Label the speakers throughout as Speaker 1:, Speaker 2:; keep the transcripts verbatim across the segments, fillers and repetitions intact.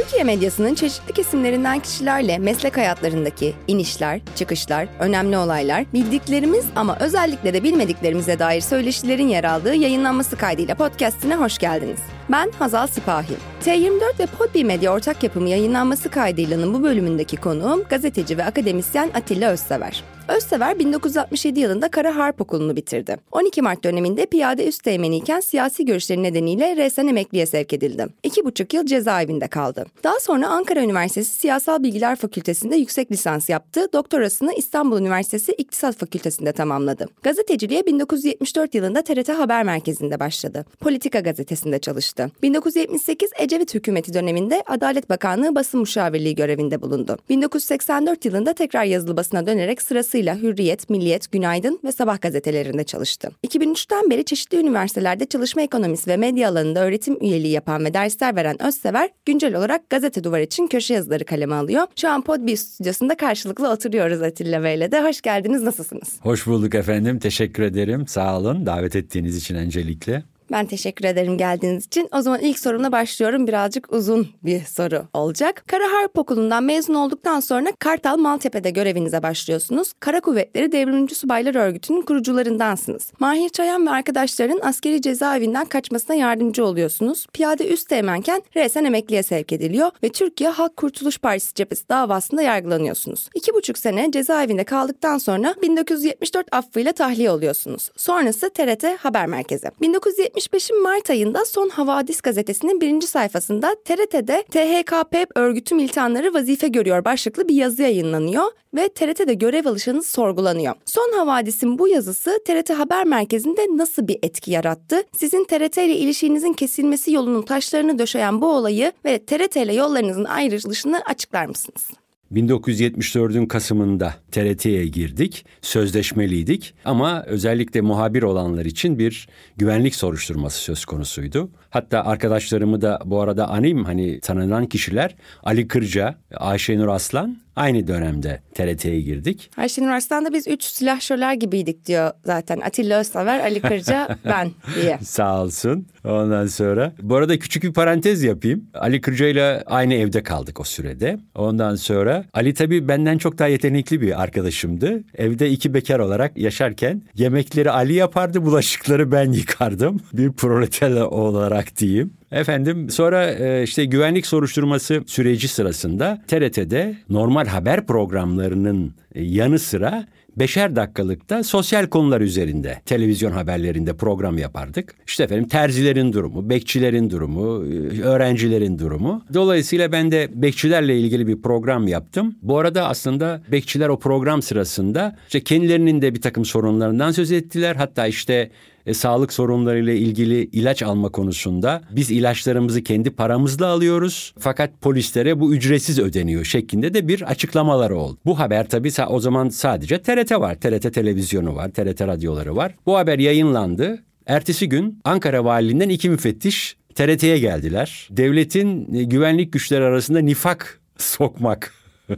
Speaker 1: Türkiye medyasının çeşitli kesimlerinden kişilerle meslek hayatlarındaki inişler, çıkışlar, önemli olaylar, bildiklerimiz ama özellikle de bilmediklerimize dair söyleşilerin yer aldığı yayınlanması kaydıyla podcast'ine hoş geldiniz. Ben Hazal Sipahi. T yirmi dört ve Podbi Medya ortak yapımı yayınlanması kaydıylanın bu bölümündeki konuğum gazeteci ve akademisyen Atilla Özsever. Özsever bin dokuz yüz altmış yedi yılında Kara Harp Okulu'nu bitirdi. on iki Mart döneminde piyade üsteğmeniyken siyasi görüşleri nedeniyle resen emekliye sevk edildi. İki buçuk yıl cezaevinde kaldı. Daha sonra Ankara Üniversitesi Siyasal Bilgiler Fakültesi'nde yüksek lisans yaptı. Doktorasını İstanbul Üniversitesi İktisat Fakültesi'nde tamamladı. Gazeteciliğe bin dokuz yüz yetmiş dört yılında T R T Haber Merkezi'nde başladı. Politika gazetesinde çalıştı. bin dokuz yüz yetmiş sekiz Ecevit hükümeti döneminde Adalet Bakanlığı Basın Müşavirliği görevinde bulundu. bin dokuz yüz seksen dört yılında tekrar yazılı basına dönerek sırası Hürriyet, Milliyet, Günaydın ve Sabah gazetelerinde çalıştı. iki bin üçten beri çeşitli üniversitelerde çalışma ekonomisi ve medya alanında öğretim üyeliği yapan ve dersler veren Özsever, güncel olarak Gazete Duvar için köşe yazıları kaleme alıyor. Şu an Podbi stüdyosunda karşılıklı oturuyoruz Atilla Bey'le de. Hoş geldiniz, nasılsınız?
Speaker 2: Hoş bulduk efendim, teşekkür ederim. Sağ olun davet ettiğiniz için öncelikle.
Speaker 1: Ben teşekkür ederim geldiğiniz için. O zaman ilk sorumla başlıyorum. Birazcık uzun bir soru olacak. Kara Harp Okulu'ndan mezun olduktan sonra Kartal Maltepe'de görevinize başlıyorsunuz. Kara Kuvvetleri Devrimci Subaylar Örgütü'nün kurucularındansınız. Mahir Çayan ve arkadaşların askeri cezaevinden kaçmasına yardımcı oluyorsunuz. Piyade üsteğmenken resen emekliye sevk ediliyor ve Türkiye Halk Kurtuluş Partisi cephesi davasında yargılanıyorsunuz. İki buçuk sene cezaevinde kaldıktan sonra bin dokuz yüz yetmiş dört affıyla tahliye oluyorsunuz. Sonrası T R T Haber Merkezi. bin dokuz yüz yetmiş beşin Mart ayında Son Havadis gazetesinin birinci sayfasında T R T'de T H K P örgütü militanları vazife görüyor başlıklı bir yazı yayınlanıyor ve T R T'de görev alışınız sorgulanıyor. Son Havadis'in bu yazısı T R T Haber Merkezi'nde nasıl bir etki yarattı? Sizin T R T ile ilişkinizin kesilmesi yolunun taşlarını döşeyen bu olayı ve T R T ile yollarınızın ayrılışını açıklar mısınız?
Speaker 2: bin dokuz yüz yetmiş dördün Kasım'ında T R T'ye girdik, sözleşmeliydik ama özellikle muhabir olanlar için bir güvenlik soruşturması söz konusuydu. Hatta arkadaşlarımı da bu arada anayım, hani tanınan kişiler Ali Kırca, Ayşenur Aslan aynı dönemde T R T'ye girdik.
Speaker 1: Ayşenur Aslan'da biz üç silahşörler gibiydik diyor zaten. Atilla Özsever, Ali Kırca, ben diye.
Speaker 2: Sağ olsun. Ondan sonra bu arada küçük bir parantez yapayım. Ali Kırca ile aynı evde kaldık o sürede. Ondan sonra Ali tabii benden çok daha yetenekli bir arkadaşımdı. Evde iki bekar olarak yaşarken yemekleri Ali yapardı, bulaşıkları ben yıkardım. Bir proleter olarak diyeyim. Efendim sonra işte güvenlik soruşturması süreci sırasında T R T'de normal haber programlarının yanı sıra beşer dakikalıkta sosyal konular üzerinde televizyon haberlerinde program yapardık. İşte efendim terzilerin durumu, bekçilerin durumu, öğrencilerin durumu. Dolayısıyla ben de bekçilerle ilgili bir program yaptım. Bu arada aslında bekçiler o program sırasında işte kendilerinin de bir takım sorunlarından söz ettiler. Hatta işte E, sağlık sorunlarıyla ilgili ilaç alma konusunda biz ilaçlarımızı kendi paramızla alıyoruz fakat polislere bu ücretsiz ödeniyor şeklinde de bir açıklamaları oldu. Bu haber tabii o zaman sadece T R T var, T R T televizyonu var, T R T radyoları var. Bu haber yayınlandı. Ertesi gün Ankara Valiliğinden iki müfettiş T R T'ye geldiler. Devletin güvenlik güçleri arasında nifak sokmak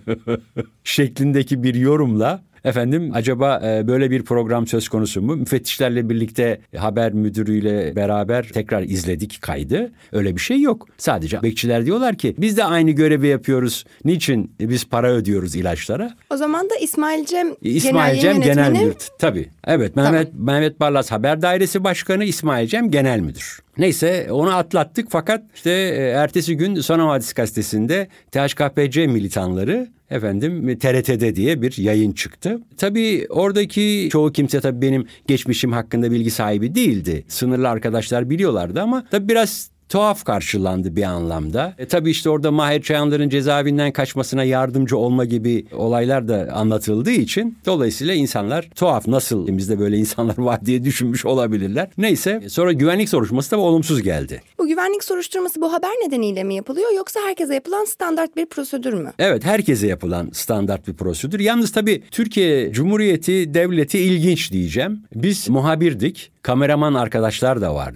Speaker 2: şeklindeki bir yorumla efendim acaba e, böyle bir program söz konusu mu? Müfettişlerle birlikte haber müdürüyle beraber tekrar izledik kaydı. Öyle bir şey yok. Sadece bekçiler diyorlar ki biz de aynı görevi yapıyoruz. Niçin biz para ödüyoruz ilaçlara?
Speaker 1: O zaman da İsmail Cem
Speaker 2: İsmail Cem Genel Müdür. Tabii. Evet Mehmet tamam. Mehmet Barlas Haber Dairesi Başkanı, İsmail Cem Genel Müdür. Neyse onu atlattık fakat işte e, ertesi gün Son Havadis gazetesinde T H K P C militanları efendim T R T'de diye bir yayın çıktı. Tabii oradaki çoğu kimse tabii benim geçmişim hakkında bilgi sahibi değildi. Sınırlı arkadaşlar biliyorlardı ama tabii biraz tuhaf karşılandı bir anlamda. E tabii işte orada Mahir Çayanların cezaevinden kaçmasına yardımcı olma gibi olaylar da anlatıldığı için dolayısıyla insanlar tuhaf, nasıl bizde böyle insanlar var diye düşünmüş olabilirler. Neyse sonra güvenlik soruşturması da olumsuz geldi.
Speaker 1: Bu güvenlik soruşturması bu haber nedeniyle mi yapılıyor yoksa herkese yapılan standart bir prosedür mü?
Speaker 2: Evet, herkese yapılan standart bir prosedür. Yalnız tabii Türkiye Cumhuriyeti Devleti ilginç diyeceğim. Biz muhabirdik, kameraman arkadaşlar da vardı.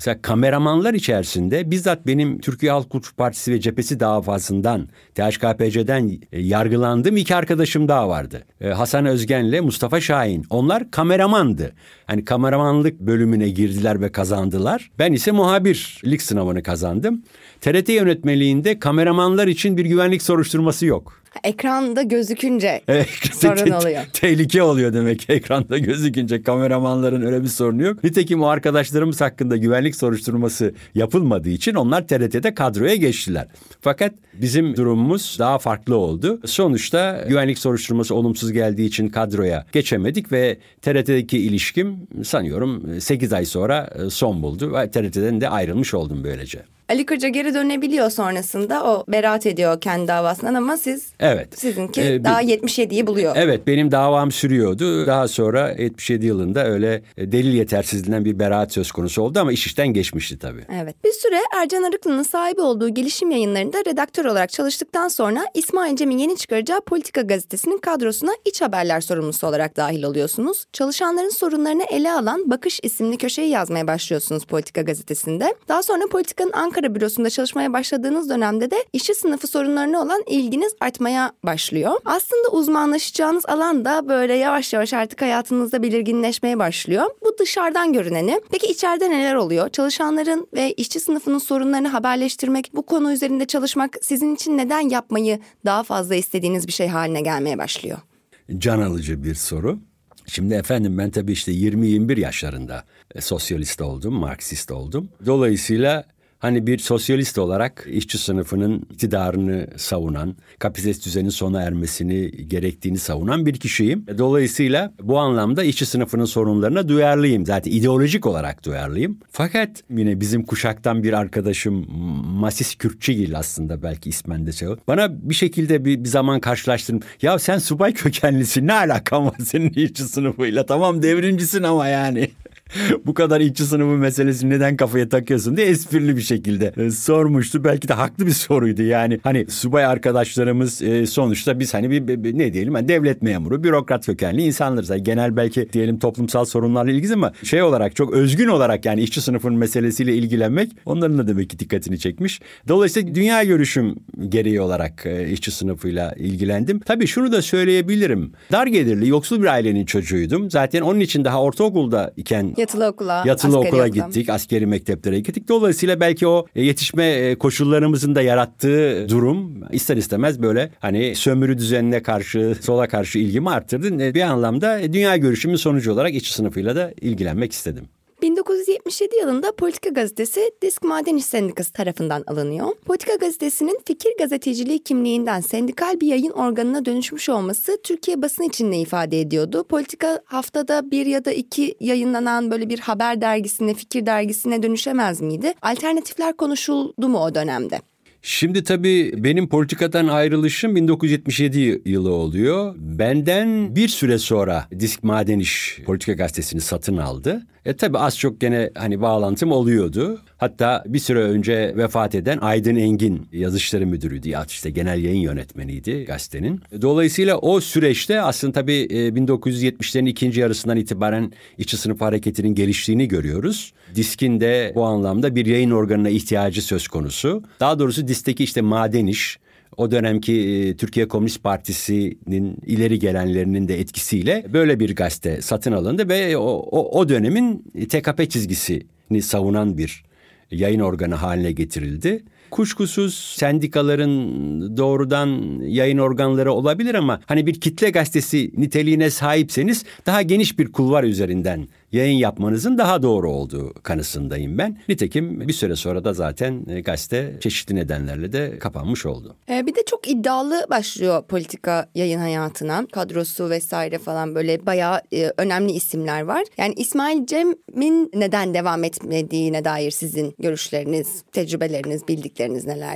Speaker 2: Mesela kameramanlar içerisinde bizzat benim Türkiye Halk Kurtuluş Partisi ve Cephesi davasından, T H K P C'den yargılandığım iki arkadaşım daha vardı. Hasan Özgen'le Mustafa Şahin. Onlar kameramandı. Hani kameramanlık bölümüne girdiler ve kazandılar. Ben ise muhabirlik sınavını kazandım. T R T yönetmeliğinde kameramanlar için bir güvenlik soruşturması yok.
Speaker 1: Ekranda gözükünce sorun oluyor.
Speaker 2: Tehlike oluyor demek ki ekranda gözükünce kameramanların öyle bir sorunu yok. Nitekim o arkadaşlarımız hakkında güvenlik soruşturması yapılmadığı için onlar T R T'de kadroya geçtiler. Fakat bizim durumumuz daha farklı oldu. Sonuçta güvenlik soruşturması olumsuz geldiği için kadroya geçemedik ve T R T'deki ilişkim sanıyorum sekiz ay sonra son buldu ve T R T'den de ayrılmış oldum böylece.
Speaker 1: Ali Kırca geri dönebiliyor sonrasında. O beraat ediyor kendi davasından ama siz
Speaker 2: evet.
Speaker 1: sizinki
Speaker 2: ee,
Speaker 1: daha yetmiş yediyi buluyor.
Speaker 2: Evet, benim davam sürüyordu. Daha sonra yetmiş yedi yılında öyle delil yetersizliğinden bir beraat söz konusu oldu ama iş işten geçmişti tabii.
Speaker 1: Evet. Bir süre Ercan Arıklı'nın sahibi olduğu Gelişim Yayınları'nda redaktör olarak çalıştıktan sonra İsmail Cem'in yeni çıkaracağı Politika Gazetesi'nin kadrosuna iç haberler sorumlusu olarak dahil oluyorsunuz. Çalışanların sorunlarını ele alan Bakış isimli köşeyi yazmaya başlıyorsunuz Politika Gazetesi'nde. Daha sonra Politika'nın Ankara bürosunda çalışmaya başladığınız dönemde de işçi sınıfı sorunlarına olan ilginiz artmaya başlıyor. Aslında uzmanlaşacağınız alan da böyle yavaş yavaş artık hayatınızda belirginleşmeye başlıyor. Bu dışarıdan görüneni. Peki içeride neler oluyor? Çalışanların ve işçi sınıfının sorunlarını haberleştirmek, bu konu üzerinde çalışmak sizin için neden yapmayı daha fazla istediğiniz bir şey haline gelmeye başlıyor?
Speaker 2: Can alıcı bir soru. Şimdi efendim ben tabii işte yirmi yirmi bir yaşlarında e, sosyalist oldum, Marksist oldum. Dolayısıyla hani bir sosyalist olarak işçi sınıfının iktidarını savunan, kapitalist düzenin sona ermesini gerektiğini savunan bir kişiyim. Dolayısıyla bu anlamda işçi sınıfının sorunlarına duyarlıyım. Zaten ideolojik olarak duyarlıyım. Fakat yine bizim kuşaktan bir arkadaşım Masis Kürkçigil aslında belki ismen de şey olur. Bana bir şekilde bir, bir zaman karşılaştırdım. Ya sen subay kökenlisin, ne alakan var senin işçi sınıfıyla? Tamam devrimcisin ama yani... Bu kadar işçi sınıfı meselesini neden kafaya takıyorsun diye esprili bir şekilde e, sormuştu. Belki de haklı bir soruydu yani. Hani subay arkadaşlarımız e, sonuçta biz hani bir, bir ne diyelim yani devlet memuru, bürokrat kökenli insanlarız. Yani genel belki diyelim toplumsal sorunlarla ilgili ama şey olarak çok özgün olarak yani işçi sınıfının meselesiyle ilgilenmek onların da demek ki dikkatini çekmiş. Dolayısıyla dünya görüşüm gereği olarak e, işçi sınıfıyla ilgilendim. Tabii şunu da söyleyebilirim. Dar gelirli, yoksul bir ailenin çocuğuydum. Zaten onun için daha ortaokulda iken
Speaker 1: Yatılı okula,
Speaker 2: Yatılı okula
Speaker 1: okula.
Speaker 2: gittik, askeri mekteplere gittik. Dolayısıyla belki o yetişme koşullarımızın da yarattığı durum ister istemez böyle hani sömürü düzenine karşı, sola karşı ilgimi arttırdı. Bir anlamda dünya görüşümün sonucu olarak işçi sınıfıyla da ilgilenmek istedim.
Speaker 1: bin dokuz yüz yetmiş yedi yılında Politika Gazetesi Disk Maden İş Sendikası tarafından alınıyor. Politika Gazetesi'nin fikir gazeteciliği kimliğinden sendikal bir yayın organına dönüşmüş olması Türkiye basını için ne ifade ediyordu? Politika haftada bir ya da iki yayınlanan böyle bir haber dergisine, fikir dergisine dönüşemez miydi? Alternatifler konuşuldu mu o dönemde?
Speaker 2: Şimdi tabii benim politikadan ayrılışım bin dokuz yüz yetmiş yedi yılı oluyor. Benden bir süre sonra Disk Maden İş Politika Gazetesi'ni satın aldı. E tabii az çok gene hani bağlantım oluyordu. Hatta bir süre önce vefat eden Aydın Engin yazışları müdürüydü. Ya işte genel yayın yönetmeniydi gazetenin. Dolayısıyla o süreçte aslında tabii bin dokuz yüz yetmişlerin ikinci yarısından itibaren işçi sınıf hareketinin geliştiğini görüyoruz. Disk'in de bu anlamda bir yayın organına ihtiyacı söz konusu. Daha doğrusu Disk'teki işte Maden İş, o dönemki e, Türkiye Komünist Partisi'nin ileri gelenlerinin de etkisiyle böyle bir gazete satın alındı ve o, o, o dönemin T K P çizgisini savunan bir yayın organı haline getirildi. Kuşkusuz sendikaların doğrudan yayın organları olabilir ama hani bir kitle gazetesi niteliğine sahipseniz daha geniş bir kulvar üzerinden yayın yapmanızın daha doğru olduğu kanısındayım ben. Nitekim bir süre sonra da zaten gazete çeşitli nedenlerle de kapanmış oldu.
Speaker 1: Ee, bir de çok iddialı başlıyor politika yayın hayatına. Kadrosu vesaire falan böyle bayağı e, önemli isimler var. Yani İsmail Cem'in neden devam etmediğine dair sizin görüşleriniz, tecrübeleriniz, bildikleriniz nelerdir?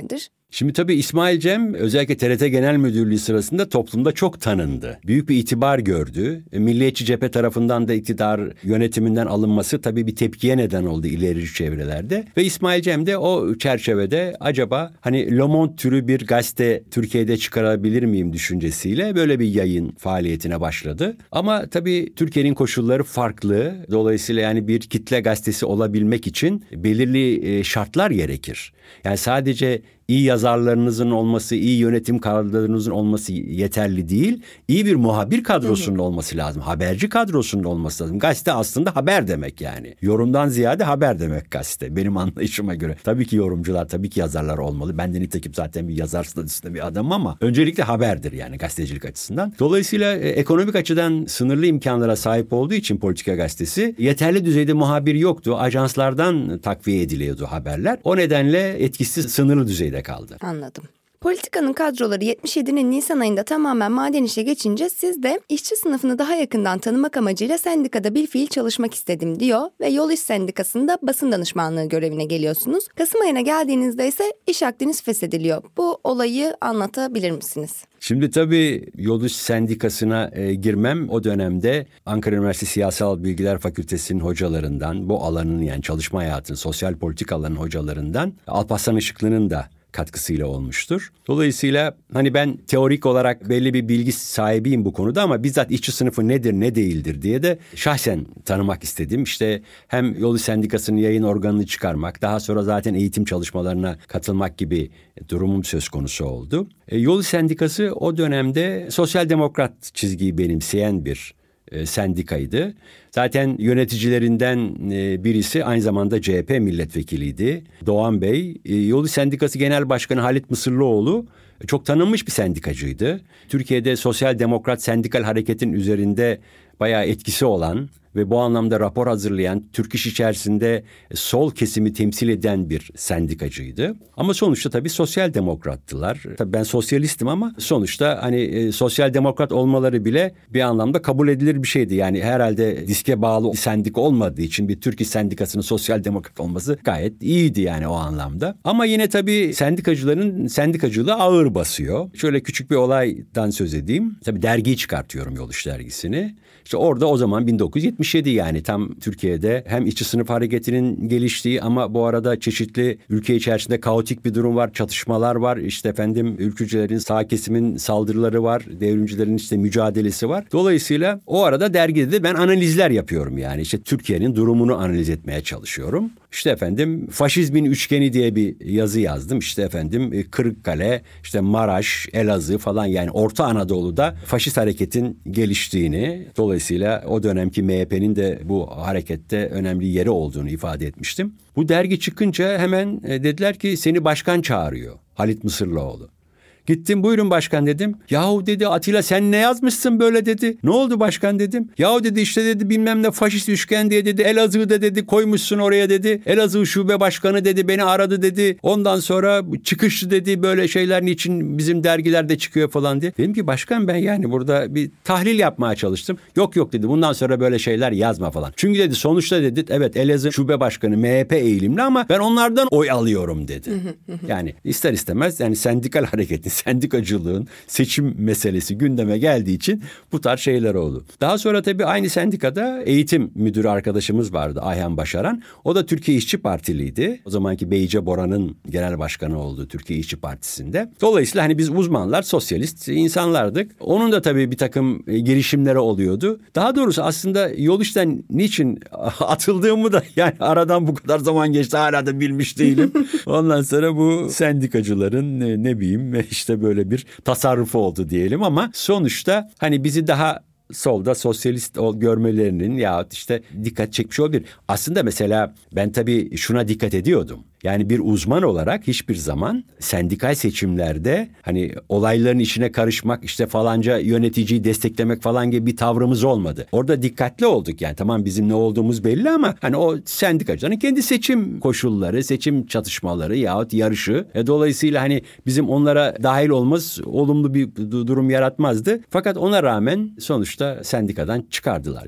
Speaker 2: Şimdi tabii İsmail Cem özellikle T R T Genel Müdürlüğü sırasında toplumda çok tanındı. Büyük bir itibar gördü. Milliyetçi cephe tarafından da iktidar yönetiminden alınması tabii bir tepkiye neden oldu ilerici çevrelerde. Ve İsmail Cem de o çerçevede acaba hani Le Monde türü bir gazete Türkiye'de çıkarabilir miyim düşüncesiyle böyle bir yayın faaliyetine başladı. Ama tabii Türkiye'nin koşulları farklı. Dolayısıyla yani bir kitle gazetesi olabilmek için belirli şartlar gerekir. Yani sadece iyi yazarlarınızın olması, iyi yönetim kadrolarınızın olması yeterli değil. İyi bir muhabir kadrosunun olması lazım. Haberci kadrosunun olması lazım. Gazete aslında haber demek yani. Yorumdan ziyade haber demek gazete. Benim anlayışıma göre. Tabii ki yorumcular, tabii ki yazarlar olmalı. Ben de nitekim zaten bir yazar statüsünde bir adamım ama öncelikle haberdir yani gazetecilik açısından. Dolayısıyla e, ekonomik açıdan sınırlı imkanlara sahip olduğu için Politika Gazetesi yeterli düzeyde muhabir yoktu. Ajanslardan takviye ediliyordu haberler. O nedenle etkisi sınırlı düzeyde kaldı.
Speaker 1: Anladım. Politikanın kadroları yetmiş yedinin Nisan ayında tamamen maden işe geçince siz de işçi sınıfını daha yakından tanımak amacıyla sendikada bilfiil çalışmak istedim diyor ve Yol İş Sendikası'nda basın danışmanlığı görevine geliyorsunuz. Kasım ayına geldiğinizde ise iş akdiniz feshediliyor. Bu olayı anlatabilir misiniz?
Speaker 2: Şimdi tabii Yol İş Sendikası'na e, girmem o dönemde Ankara Üniversitesi Siyasal Bilgiler Fakültesi'nin hocalarından, bu alanın yani çalışma hayatının, sosyal politika alanının hocalarından Alparslan Işıklı'nın da katkısıyla olmuştur. Dolayısıyla hani ben teorik olarak belli bir bilgi sahibiyim bu konuda ama bizzat işçi sınıfı nedir ne değildir diye de şahsen tanımak istedim. İşte hem Yol İş Sendikası'nın yayın organını çıkarmak, daha sonra zaten eğitim çalışmalarına katılmak gibi durumum söz konusu oldu. E, Yol İş Sendikası o dönemde sosyal demokrat çizgiyi benimseyen bir e, sendikaydı. Zaten yöneticilerinden e, birisi aynı zamanda C H P milletvekiliydi. Doğan Bey, e, Yol İş Sendikası Genel Başkanı Halit Mısırlıoğlu e, çok tanınmış bir sendikacıydı. Türkiye'de sosyal demokrat sendikal hareketin üzerinde bayağı etkisi olan ve bu anlamda rapor hazırlayan, Türk İş içerisinde sol kesimi temsil eden bir sendikacıydı. Ama sonuçta tabii sosyal demokrattılar. Tabii ben sosyalistim ama sonuçta hani e, sosyal demokrat olmaları bile bir anlamda kabul edilir bir şeydi. Yani herhalde diske bağlı sendika olmadığı için bir Türk İş Sendikası'nın sosyal demokrat olması gayet iyiydi yani o anlamda. Ama yine tabii sendikacıların sendikacılığı ağır basıyor. Şöyle küçük bir olaydan söz edeyim. Tabii dergiyi çıkartıyorum, Yol İş Dergisi'ni. İşte orada o zaman bin dokuz yüz yetmiş yedi yani tam Türkiye'de hem işçi sınıf hareketinin geliştiği ama bu arada çeşitli ülke içerisinde kaotik bir durum var, çatışmalar var. İşte efendim ülkücülerin, sağ kesimin saldırıları var, devrimcilerin işte mücadelesi var. Dolayısıyla o arada dergide de ben analizler yapıyorum yani işte Türkiye'nin durumunu analiz etmeye çalışıyorum. İşte efendim faşizmin üçgeni diye bir yazı yazdım. İşte efendim Kırıkkale, işte Maraş, Elazığ falan yani Orta Anadolu'da faşist hareketin geliştiğini, dolayısıyla o dönemki M H P'nin de bu harekette önemli yeri olduğunu ifade etmiştim. Bu dergi çıkınca hemen dediler ki seni başkan çağırıyor, Halit Mısırlıoğlu. Gittim, buyurun başkan dedim. Yahu dedi Atilla sen ne yazmışsın böyle dedi. Ne oldu başkan dedim. Yahu dedi işte dedi bilmem ne faşist üçgen diye dedi Elazığ'da dedi koymuşsun oraya dedi. Elazığ şube başkanı dedi beni aradı dedi. Ondan sonra çıkışlı dedi böyle şeyler niçin bizim dergilerde çıkıyor falan diye. Dedim ki başkan ben yani burada bir tahlil yapmaya çalıştım. Yok yok dedi bundan sonra böyle şeyler yazma falan. Çünkü dedi sonuçta dedi evet Elazığ şube başkanı M H P eğilimli ama ben onlardan oy alıyorum dedi. Yani ister istemez yani sendikal hareketin, sendikacılığın seçim meselesi gündeme geldiği için bu tarz şeyler oldu. Daha sonra tabii aynı sendikada eğitim müdürü arkadaşımız vardı Ayhan Başaran. O da Türkiye İşçi Partiliydi. O zamanki Beyce Bora'nın genel başkanı olduğu Türkiye İşçi Partisi'nde. Dolayısıyla hani biz uzmanlar, sosyalist insanlardık. Onun da tabii bir takım girişimleri oluyordu. Daha doğrusu aslında yol işten niçin atıldığımı da yani aradan bu kadar zaman geçti hala da bilmiş değilim. Ondan sonra bu sendikacıların ne, ne bileyim işte böyle bir tasarrufu oldu diyelim ama sonuçta hani bizi daha solda sosyalist ol görmelerinin ya işte dikkat çekmiş olabilir. Aslında mesela ben tabii şuna dikkat ediyordum. Yani bir uzman olarak hiçbir zaman sendikal seçimlerde hani olayların içine karışmak işte falanca yöneticiyi desteklemek falan gibi bir tavrımız olmadı. Orada dikkatli olduk yani tamam bizim ne olduğumuz belli ama hani o sendikacıların kendi seçim koşulları, seçim çatışmaları yahut yarışı. E, dolayısıyla hani bizim onlara dahil olmamız olumlu bir durum yaratmazdı. Fakat ona rağmen sonuçta sendikadan çıkardılar yani.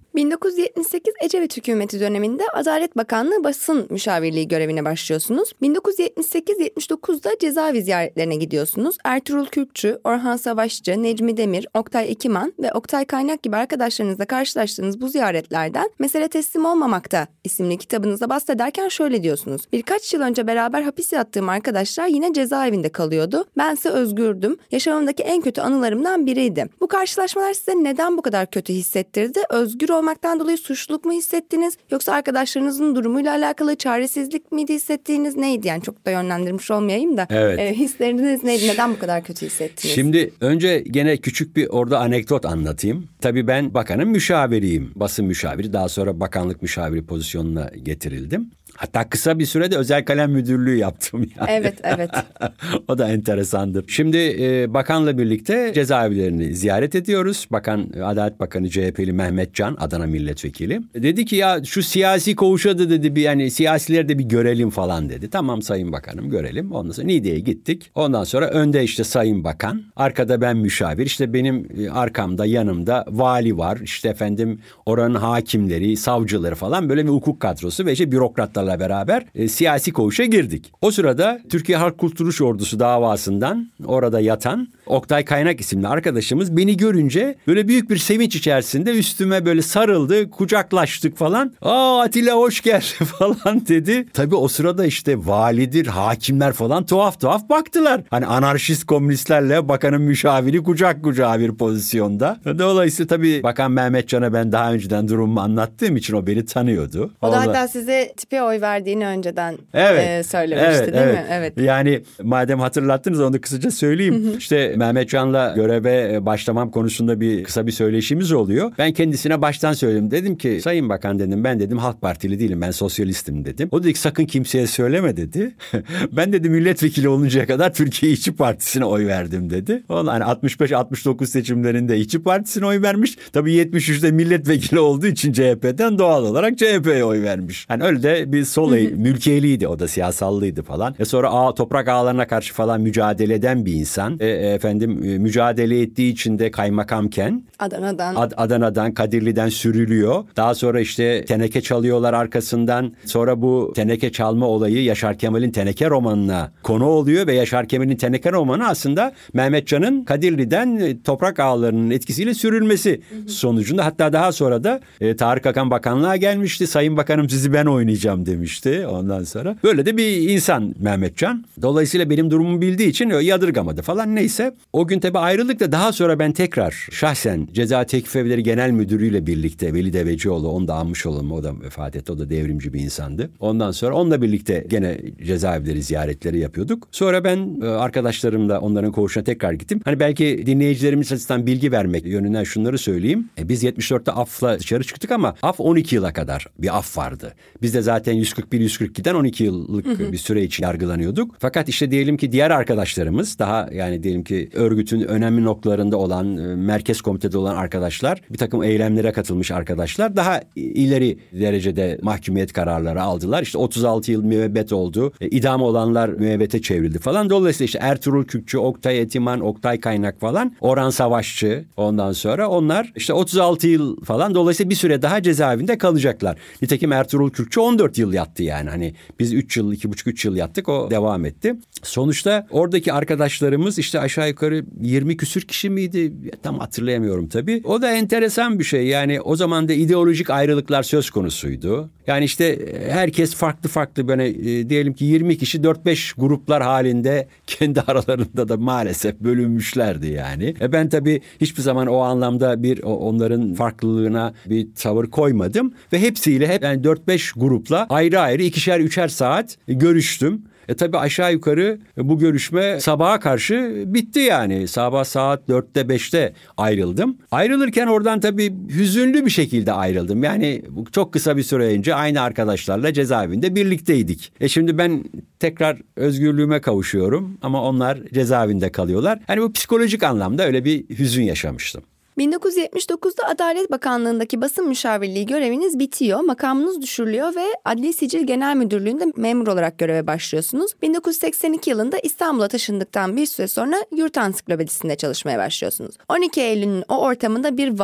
Speaker 1: bin dokuz yüz yetmiş sekiz Ecevit hükümeti döneminde Adalet Bakanlığı basın müşavirliği görevine başlıyorsunuz. bin dokuz yüz yetmiş sekiz yetmiş dokuzda cezaevi ziyaretlerine gidiyorsunuz. Ertuğrul Kürkçü, Orhan Savaşçı, Necmi Demir, Oktay Ekiman ve Oktay Kaynak gibi arkadaşlarınızla karşılaştığınız bu ziyaretlerden Mesele Teslim Olmamakta isimli kitabınızda bahsederken şöyle diyorsunuz. Birkaç yıl önce beraber hapis yattığım arkadaşlar yine cezaevinde kalıyordu. Bense özgürdüm. Yaşamımdaki en kötü anılarımdan biriydi. Bu karşılaşmalar size neden bu kadar kötü hissettirdi? Özgür olmaktan dolayı suçluluk mu hissettiniz? Yoksa arkadaşlarınızın durumuyla alakalı çaresizlik miydi hissettiğiniz, neydi? Yani çok da yönlendirmiş olmayayım da.
Speaker 2: Evet.
Speaker 1: E, hisleriniz neydi? Neden bu kadar kötü hissettiniz?
Speaker 2: Şimdi önce gene küçük bir orada anekdot anlatayım. Tabii ben bakanın müşaviriyim. Basın müşaviri. Daha sonra bakanlık müşaviri pozisyonuna getirildim. Hatta kısa bir sürede özel kalem müdürlüğü yaptım yani.
Speaker 1: Evet, evet.
Speaker 2: O da enteresandır. Şimdi e, bakanla birlikte cezaevlerini ziyaret ediyoruz. Bakan, Adalet Bakanı C H P'li Mehmet Can, Adana Milletvekili. Dedi ki ya şu siyasi koğuşadı dedi, bir yani siyasileri de bir görelim falan dedi. Tamam Sayın Bakanım, görelim. Ondan sonra Niğde'ye gittik. Ondan sonra önde işte Sayın Bakan, arkada ben müşavir. İşte benim arkamda, yanımda vali var. İşte efendim oranın hakimleri, savcıları falan, böyle bir hukuk kadrosu ve işte bürokratlarla beraber e, siyasi koğuşa girdik. O sırada Türkiye Halk Kurtuluş Ordusu davasından orada yatan Oktay Kaynak isimli arkadaşımız beni görünce böyle büyük bir sevinç içerisinde üstüme böyle sarıldı, kucaklaştık falan. Aa Atilla hoş geldin falan dedi. Tabii o sırada işte validir, hakimler falan tuhaf tuhaf baktılar. Hani anarşist komünistlerle bakanın müşaviri kucak kucağa bir pozisyonda. Dolayısıyla tabii Bakan Mehmet Can'a ben daha önceden durumumu anlattığım için o beni tanıyordu.
Speaker 1: O da
Speaker 2: Ondan...
Speaker 1: hatta size tipe oy verdiğini önceden
Speaker 2: evet,
Speaker 1: e, söylemişti
Speaker 2: evet,
Speaker 1: değil
Speaker 2: evet.
Speaker 1: mi? Evet.
Speaker 2: Yani madem hatırlattınız onu da kısaca söyleyeyim. Hı hı. İşte Mehmet Can'la göreve başlamam konusunda bir kısa bir söyleşimiz oluyor. Ben kendisine baştan söyledim. Dedim ki Sayın Bakan dedim, ben dedim Halk Partili değilim, ben sosyalistim dedim. O dedi ki sakın kimseye söyleme dedi. Ben dedi milletvekili oluncaya kadar Türkiye İşçi Partisi'ne oy verdim dedi. Ondan hani altmış beş altmış dokuz seçimlerinde İşçi Partisi'ne oy vermiş. Tabii yetmiş üçte milletvekili olduğu için C H P'den doğal olarak C H P'ye oy vermiş. Hani öyle de bir sol mülkiyeliydi, o da siyasallıydı falan. E sonra ağ, toprak ağlarına karşı falan mücadele eden bir insan. E, efendim e, mücadele ettiği için de kaymakamken
Speaker 1: Adana'dan
Speaker 2: Ad, Adana'dan Kadirli'den sürülüyor. Daha sonra işte teneke çalıyorlar arkasından. Sonra bu teneke çalma olayı Yaşar Kemal'in Teneke romanına konu oluyor ve Yaşar Kemal'in Teneke romanı aslında Mehmet Can'ın Kadirli'den e, toprak ağlarının etkisiyle sürülmesi hı hı. sonucunda. Hatta daha sonra da e, Tarık Akan bakanlığa gelmişti. Sayın Bakanım sizi ben oynayacağım demişti ondan sonra. Böyle de bir insan Mehmet Can. Dolayısıyla benim durumumu bildiği için yadırgamadı falan, neyse. O gün tabii ayrıldık da daha sonra ben tekrar şahsen Ceza Tekfif Evleri Genel Müdürü'yle birlikte Veli Devecioğlu, onu da anmış olalım, o da vefat etti, o da devrimci bir insandı. Ondan sonra onunla birlikte gene cezaevleri ziyaretleri yapıyorduk. Sonra ben arkadaşlarımla onların koğuşuna tekrar gittim. Hani belki dinleyicilerimiz açısından bilgi vermek yönünden şunları söyleyeyim. E biz yetmiş dörtte afla dışarı çıktık ama af on iki yıla kadar bir af vardı. Biz de zaten yüz kırk bir yüz kırk ikiden on iki yıllık hı hı. bir süre için yargılanıyorduk. Fakat işte diyelim ki diğer arkadaşlarımız, daha yani diyelim ki örgütün önemli noktalarında olan, merkez komitede olan arkadaşlar, bir takım eylemlere katılmış arkadaşlar daha ileri derecede mahkumiyet kararları aldılar. İşte otuz altı yıl müebbet oldu. E, idam olanlar müebbete çevrildi falan. Dolayısıyla işte Ertuğrul Kürkçü, Oktay Etiman, Oktay Kaynak falan, Orhan Savaşçı, ondan sonra onlar işte otuz altı yıl falan, dolayısıyla bir süre daha cezaevinde kalacaklar. Nitekim Ertuğrul Kürkçü on dört yıl yattı yani. Hani biz üç yıl, iki buçuk üç yıl yattık, o devam etti. Sonuçta oradaki arkadaşlarımız işte aşağı yukarı yirmi küsür kişi miydi? Tam hatırlayamıyorum tabii. O da enteresan bir şey. Yani o zaman da ideolojik ayrılıklar söz konusuydu. Yani işte herkes farklı farklı böyle e, diyelim ki yirmi kişi dört beş gruplar halinde kendi aralarında da maalesef bölünmüşlerdi yani. E ben tabii hiçbir zaman o anlamda bir o, onların farklılığına bir tavır koymadım ve hepsiyle hep yani dört beş grupla ayrı ayrı ikişer üçer saat görüştüm. E tabii aşağı yukarı bu görüşme sabaha karşı bitti yani. Sabah saat dörtte beşte ayrıldım. Ayrılırken oradan tabii hüzünlü bir şekilde ayrıldım. Yani çok kısa bir süre önce aynı arkadaşlarla cezaevinde birlikteydik. E şimdi ben tekrar özgürlüğüme kavuşuyorum ama onlar cezaevinde kalıyorlar. Hani bu psikolojik anlamda öyle bir hüzün yaşamıştım.
Speaker 1: bin dokuz yüz yetmiş dokuzda Adalet Bakanlığı'ndaki basın müşavirliği göreviniz bitiyor, makamınız düşürülüyor ve Adli Sicil Genel Müdürlüğü'nde memur olarak göreve başlıyorsunuz. bin dokuz yüz seksen iki yılında İstanbul'a taşındıktan bir süre sonra Yurt Ansiklopedisi'nde çalışmaya başlıyorsunuz. on iki Eylül'ün o ortamında bir vaha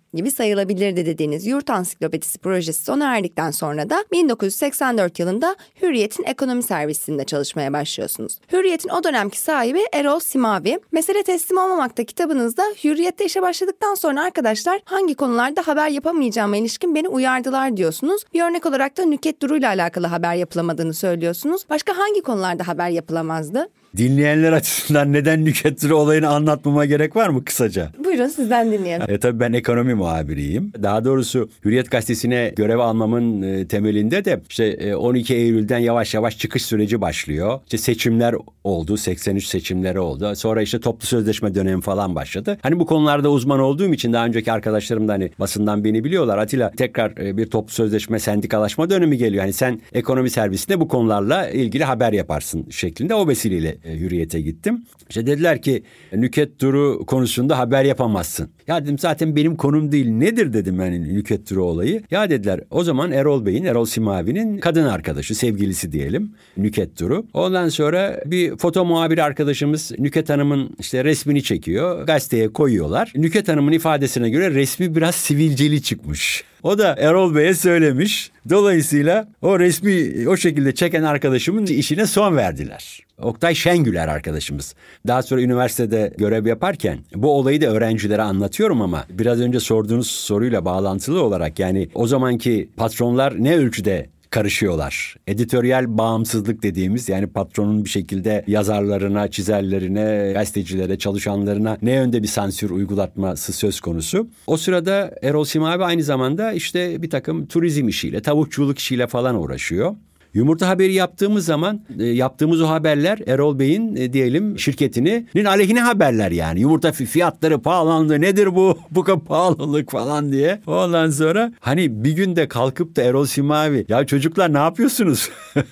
Speaker 1: gibi sayılabilirdi dediğiniz Yurt Ansiklopedisi projesi sona erdikten sonra da bin dokuz yüz seksen dört yılında Hürriyet'in ekonomi servisinde çalışmaya başlıyorsunuz. Hürriyet'in o dönemki sahibi Erol Simavi. Mesele teslim olmamakta kitabınızda Hürriyet'te işe başladıktan sonra arkadaşlar hangi konularda haber yapamayacağıma ilişkin beni uyardılar diyorsunuz. Bir örnek olarak da Nükhet Duru ile alakalı haber yapılamadığını söylüyorsunuz. Başka hangi konularda haber yapılamazdı?
Speaker 2: Dinleyenler açısından neden Nükhet Duru olayını anlatmama gerek var mı kısaca?
Speaker 1: Buyurun sizden dinleyelim.
Speaker 2: E, tabii ben ekonomi muhabiriyim. Daha doğrusu Hürriyet Gazetesi'ne görev almamın e, temelinde de işte e, on iki Eylül'den yavaş yavaş çıkış süreci başlıyor. İşte seçimler oldu, seksen üç seçimleri oldu. Sonra işte toplu sözleşme dönemi falan başladı. Hani bu konularda uzman olduğum için daha önceki arkadaşlarım da hani basından beni biliyorlar. Atilla tekrar e, bir toplu sözleşme, sendikalaşma dönemi geliyor. Hani sen ekonomi servisinde bu konularla ilgili haber yaparsın şeklinde o vesileyle e, Hürriyet'e gittim. İşte dediler ki Nükhet Duru konusunda haber yapamazsın. Ya dedim zaten benim konum değil. Nedir dedim yani Nükhet Duru olayı. Ya dediler o zaman Erol Bey'in, Erol Simavi'nin kadın arkadaşı, sevgilisi diyelim Nükhet Duru. Ondan sonra bir foto muhabiri arkadaşımız Nükhet Hanım'ın işte resmini çekiyor. Gazeteye koyuyorlar. Nükhet Hanım'ın ifadesine göre resmi biraz sivilceli çıkmış. O da Erol Bey'e söylemiş. Dolayısıyla o resmi o şekilde çeken arkadaşımın işine son verdiler. Oktay Şengüler arkadaşımız. Daha sonra üniversitede görev yaparken bu olayı da öğrencilere anlatıyorum ama biraz önce sorduğunuz soruyla bağlantılı olarak yani o zamanki patronlar ne ölçüde karışıyorlar. Editoryal bağımsızlık dediğimiz yani patronun bir şekilde yazarlarına, çizerlerine, gazetecilere, çalışanlarına ne yönde bir sansür uygulatması söz konusu. O sırada Erol Simavi aynı zamanda işte bir takım turizm işiyle, tavukçuluk işiyle falan uğraşıyor. Yumurta haberi yaptığımız zaman e, yaptığımız o haberler Erol Bey'in e, diyelim şirketinin aleyhine haberler yani. Yumurta fiyatları pahalandı, nedir bu bu kadar pahalılık falan diye. Ondan sonra hani bir günde kalkıp da Erol Simavi ya çocuklar ne yapıyorsunuz?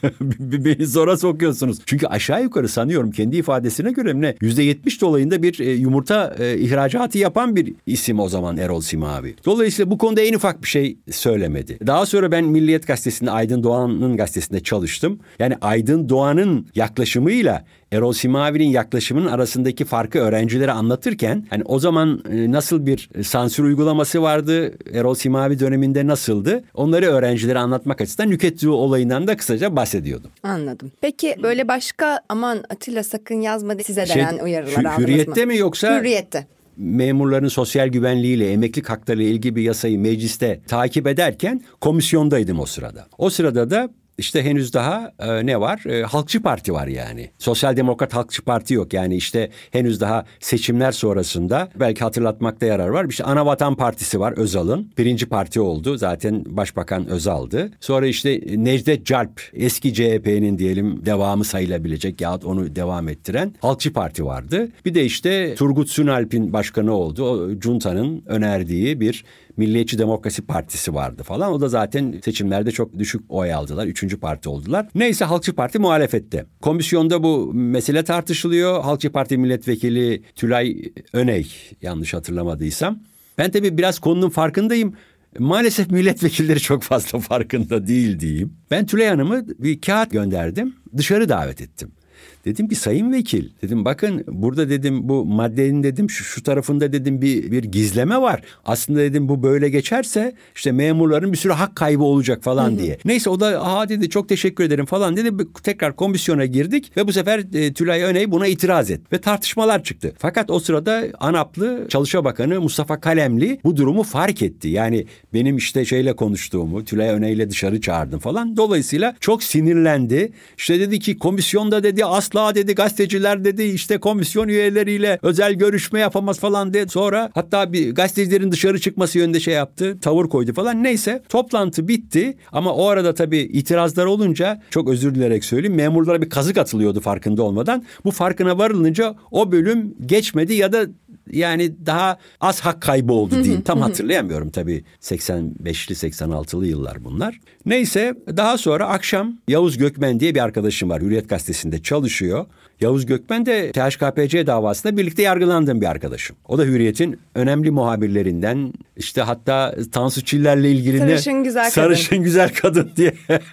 Speaker 2: Beni zora sokuyorsunuz. Çünkü aşağı yukarı sanıyorum kendi ifadesine göre ne yüzde yetmiş dolayında bir e, yumurta e, ihracatı yapan bir isim o zaman Erol Simavi. Dolayısıyla bu konuda en ufak bir şey söylemedi. Daha sonra ben Milliyet Gazetesi'nde Aydın Doğan'ın gazetesinde çalıştım. Yani Aydın Doğan'ın yaklaşımıyla Erol Simavi'nin yaklaşımının arasındaki farkı öğrencilere anlatırken hani o zaman nasıl bir sansür uygulaması vardı, Erol Simavi döneminde nasıldı? Onları öğrencilere anlatmak açısından Nükhet Duru olayından da kısaca bahsediyordum.
Speaker 1: Anladım. Peki böyle başka aman Atilla sakın yazma size denen şey, uyarılar
Speaker 2: hü-
Speaker 1: aldınız mı?
Speaker 2: Hürriyette mi yoksa?
Speaker 1: Hürriyette.
Speaker 2: Memurların sosyal güvenliğiyle, emeklilik hakları ile ilgili bir yasayı mecliste takip ederken komisyondaydım o sırada. O sırada da İşte henüz daha e, ne var? E, Halkçı Parti var yani. Sosyal Demokrat Halkçı Parti yok. Yani işte henüz daha seçimler sonrasında belki hatırlatmakta yarar var. İşte Anavatan Partisi var Özal'ın. Birinci parti oldu. Zaten Başbakan Özal'dı. Sonra işte Necdet Calp eski C H P'nin diyelim devamı sayılabilecek yahut onu devam ettiren Halkçı Parti vardı. Bir de işte Turgut Sunalp'in başkanı oldu. O Cunta'nın önerdiği bir Milliyetçi Demokrasi Partisi vardı falan. O da zaten seçimlerde çok düşük oy aldılar. Üçüncü parti oldular. Neyse Halkçı Parti muhalefette. Komisyonda bu mesele tartışılıyor. Halkçı Parti Milletvekili Tülay Öney yanlış hatırlamadıysam. Ben tabii biraz konunun farkındayım. Maalesef milletvekilleri çok fazla farkında değil diyeyim. Ben Tülay Hanım'ı bir kağıt gönderdim. Dışarı davet ettim. Dedim ki sayın vekil dedim bakın burada dedim bu maddenin dedim şu, şu tarafında dedim bir, bir gizleme var. Aslında dedim bu böyle geçerse işte memurların bir sürü hak kaybı olacak falan hı hı. diye. Neyse o da aha dedi çok teşekkür ederim falan dedi. Tekrar komisyona girdik ve bu sefer e, Tülay Öney buna itiraz etti. Ve tartışmalar çıktı. Fakat o sırada ANAP'lı Çalışma Bakanı Mustafa Kalemli bu durumu fark etti. Yani benim işte şeyle konuştuğumu Tülay Öney'le dışarı çağırdım falan. Dolayısıyla çok sinirlendi. İşte dedi ki komisyonda dedi asla dedi gazeteciler dedi işte komisyon üyeleriyle özel görüşme yapamaz falan diye. Sonra hatta bir gazetecilerin dışarı çıkması yönünde şey yaptı. Tavır koydu falan. Neyse toplantı bitti ama o arada tabii itirazlar olunca çok özür dilerek söyleyeyim memurlara bir kazık atılıyordu farkında olmadan. Bu farkına varılınca o bölüm geçmedi ya da yani daha az hak kaybı oldu diyeyim. Tam hatırlayamıyorum tabii seksen beşli seksen altılı yıllar bunlar. Neyse daha sonra akşam Yavuz Gökmen diye bir arkadaşım var. Hürriyet Gazetesi'nde çalışıyor. Yavuz Gökmen de T H K P C davasında birlikte yargılandığım bir arkadaşım. O da Hürriyet'in önemli muhabirlerinden. İşte hatta Tansu Çiller'le ilgili
Speaker 1: Sarışın güzel kadın.
Speaker 2: Sarışın güzel kadın diye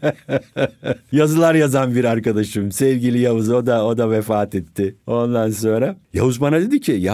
Speaker 2: yazılar yazan bir arkadaşım. Sevgili Yavuz o da o da vefat etti. Ondan sonra Yavuz bana dedi ki ya dedi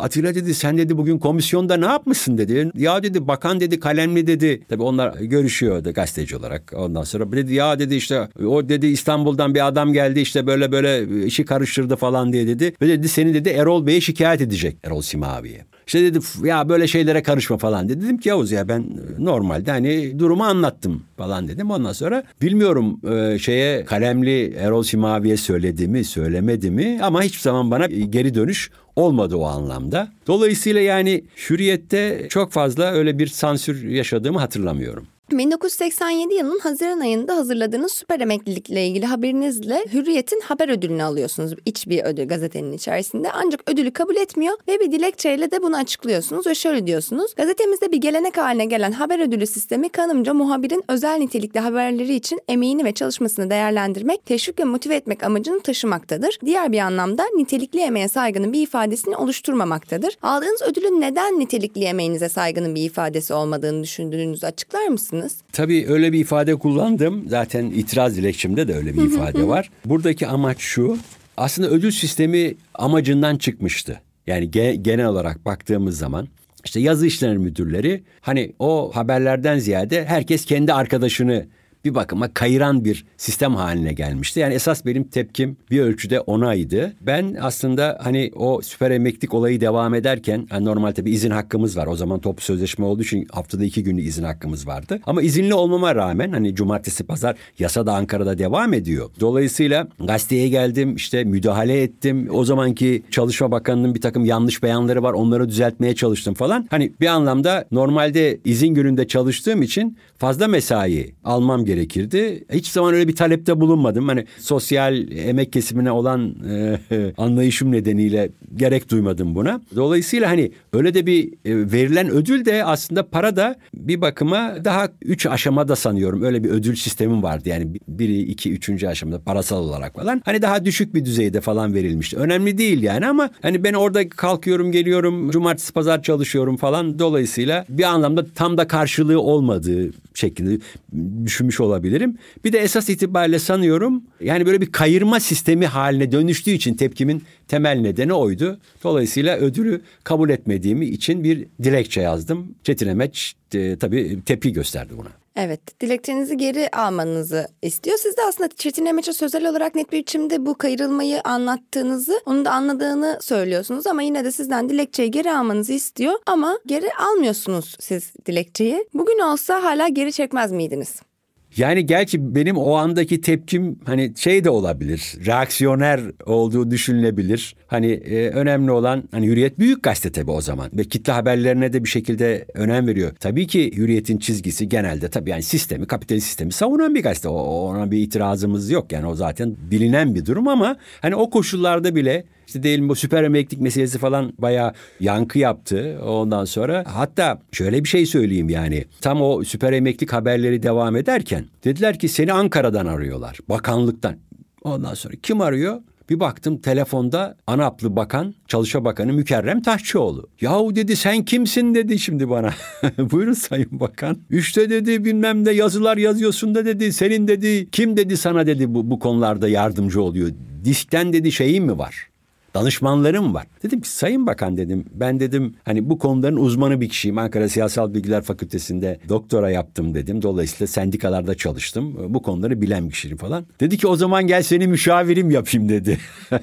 Speaker 2: Atilla dedi sen dedi bugün komisyonda ne yapmışsın dedi. Ya dedi bakan dedi kalemli dedi. Tabii onlar görüşüyordu gazeteci olarak. Ondan sonra dedi ya dedi işte o dedi İstanbul'dan bir adam geldi işte böyle böyle işi karıştırdı falan diye dedi. Ve dedi seni dedi Erol Bey'e şikayet edecek. Erol Simavi'ye. İşte dedi ya böyle şeylere karışma falan dedi. Dedim ki Yavuz ya ben normalde hani durumu anlattım falan dedim. Ondan sonra bilmiyorum şeye kalemli Erol Simavi'ye söyledi mi söylemedi mi ama hiçbir zaman bana geri dönüş olmadı o anlamda. Dolayısıyla yani Hürriyet'te çok fazla öyle bir sansür yaşadığımı hatırlamıyorum.
Speaker 1: bin dokuz yüz seksen yedi yılının Haziran ayında hazırladığınız süper emeklilikle ilgili haberinizle Hürriyet'in haber ödülünü alıyorsunuz. İç bir ödül gazetenin içerisinde. Ancak ödülü kabul etmiyor ve bir dilekçeyle de bunu açıklıyorsunuz ve şöyle diyorsunuz. Gazetemizde bir gelenek haline gelen haber ödülü sistemi kanımca muhabirin özel nitelikli haberleri için emeğini ve çalışmasını değerlendirmek, teşvik ve motive etmek amacını taşımaktadır. Diğer bir anlamda nitelikli emeğe saygının bir ifadesini oluşturmamaktadır. Aldığınız ödülün neden nitelikli emeğinize saygının bir ifadesi olmadığını düşündüğünüzü açıklar mısınız?
Speaker 2: Tabii öyle bir ifade kullandım. Zaten itiraz dilekçemde de öyle bir ifade var. Buradaki amaç şu. Aslında ödül sistemi amacından çıkmıştı. Yani ge- genel olarak baktığımız zaman işte yazı işleri müdürleri hani o haberlerden ziyade herkes kendi arkadaşını bir bakıma kayıran bir sistem haline gelmişti. Yani esas benim tepkim bir ölçüde onaydı. Ben aslında hani o süper emeklilik olayı devam ederken yani normal tabii izin hakkımız var. O zaman toplu sözleşme olduğu için haftada iki günlük izin hakkımız vardı. Ama izinli olmama rağmen hani cumartesi pazar yasa da Ankara'da devam ediyor. Dolayısıyla gazeteye geldim işte müdahale ettim. O zamanki Çalışma Bakanı'nın bir takım yanlış beyanları var. Onları düzeltmeye çalıştım falan. Hani bir anlamda normalde izin gününde çalıştığım için fazla mesai almam gerekirdi. Hiç zaman öyle bir talepte bulunmadım. Hani sosyal emek kesimine olan e, anlayışım nedeniyle gerek duymadım buna. Dolayısıyla hani öyle de bir e, verilen ödül de aslında para da bir bakıma daha üç aşamada sanıyorum. Öyle bir ödül sistemim vardı. Yani biri, iki, üçüncü aşamada parasal olarak falan. Hani daha düşük bir düzeyde falan verilmişti. Önemli değil yani ama hani ben orada kalkıyorum geliyorum cumartesi pazar çalışıyorum falan. Dolayısıyla bir anlamda tam da karşılığı olmadığı şekilde düşünmüş olabilirim. Bir de esas itibariyle sanıyorum yani böyle bir kayırma sistemi haline dönüştüğü için tepkimin temel nedeni oydu. Dolayısıyla ödülü kabul etmediğimi için bir dilekçe yazdım. Çetin Emeç e, tabii tepki gösterdi buna.
Speaker 1: Evet, dilekçenizi geri almanızı istiyor. Siz de aslında Çetin Emeç'e sözel olarak net bir biçimde bu kayırılmayı anlattığınızı, onun da anladığını söylüyorsunuz ama yine de sizden dilekçeyi geri almanızı istiyor ama geri almıyorsunuz siz dilekçeyi. Bugün olsa hala geri çekmez miydiniz?
Speaker 2: Yani gerçi benim o andaki tepkim hani şey de olabilir, reaksiyoner olduğu düşünülebilir. Hani e, önemli olan hani Hürriyet büyük gazete tabii o zaman ve kitle haberlerine de bir şekilde önem veriyor. Tabii ki Hürriyet'in çizgisi genelde tabii yani sistemi, kapitalist sistemi savunan bir gazete. O, ona bir itirazımız yok yani o zaten bilinen bir durum ama hani o koşullarda bile İşte diyelim bu süper emeklilik meselesi falan bayağı yankı yaptı ondan sonra. Hatta şöyle bir şey söyleyeyim yani. Tam o süper emeklilik haberleri devam ederken dediler ki seni Ankara'dan arıyorlar. Bakanlıktan. Ondan sonra kim arıyor? Bir baktım telefonda ANAP'lı bakan, Çalışma Bakanı Mükerrem Taşçıoğlu. Yahu dedi sen kimsin dedi şimdi bana. Buyurun Sayın Bakan. İşte dedi bilmem ne yazılar yazıyorsun da dedi. Senin dedi kim dedi sana dedi bu, bu konularda yardımcı oluyor. Diskten dedi şeyin mi var? Danışmanlarım var. Dedim ki Sayın Bakan dedim ben dedim hani bu konuların uzmanı bir kişiyim. Ankara Siyasal Bilgiler Fakültesi'nde doktora yaptım dedim. Dolayısıyla sendikalarda çalıştım. Bu konuları bilen bir kişiyim falan. Dedi ki o zaman gel seni müşavirim yapayım dedi.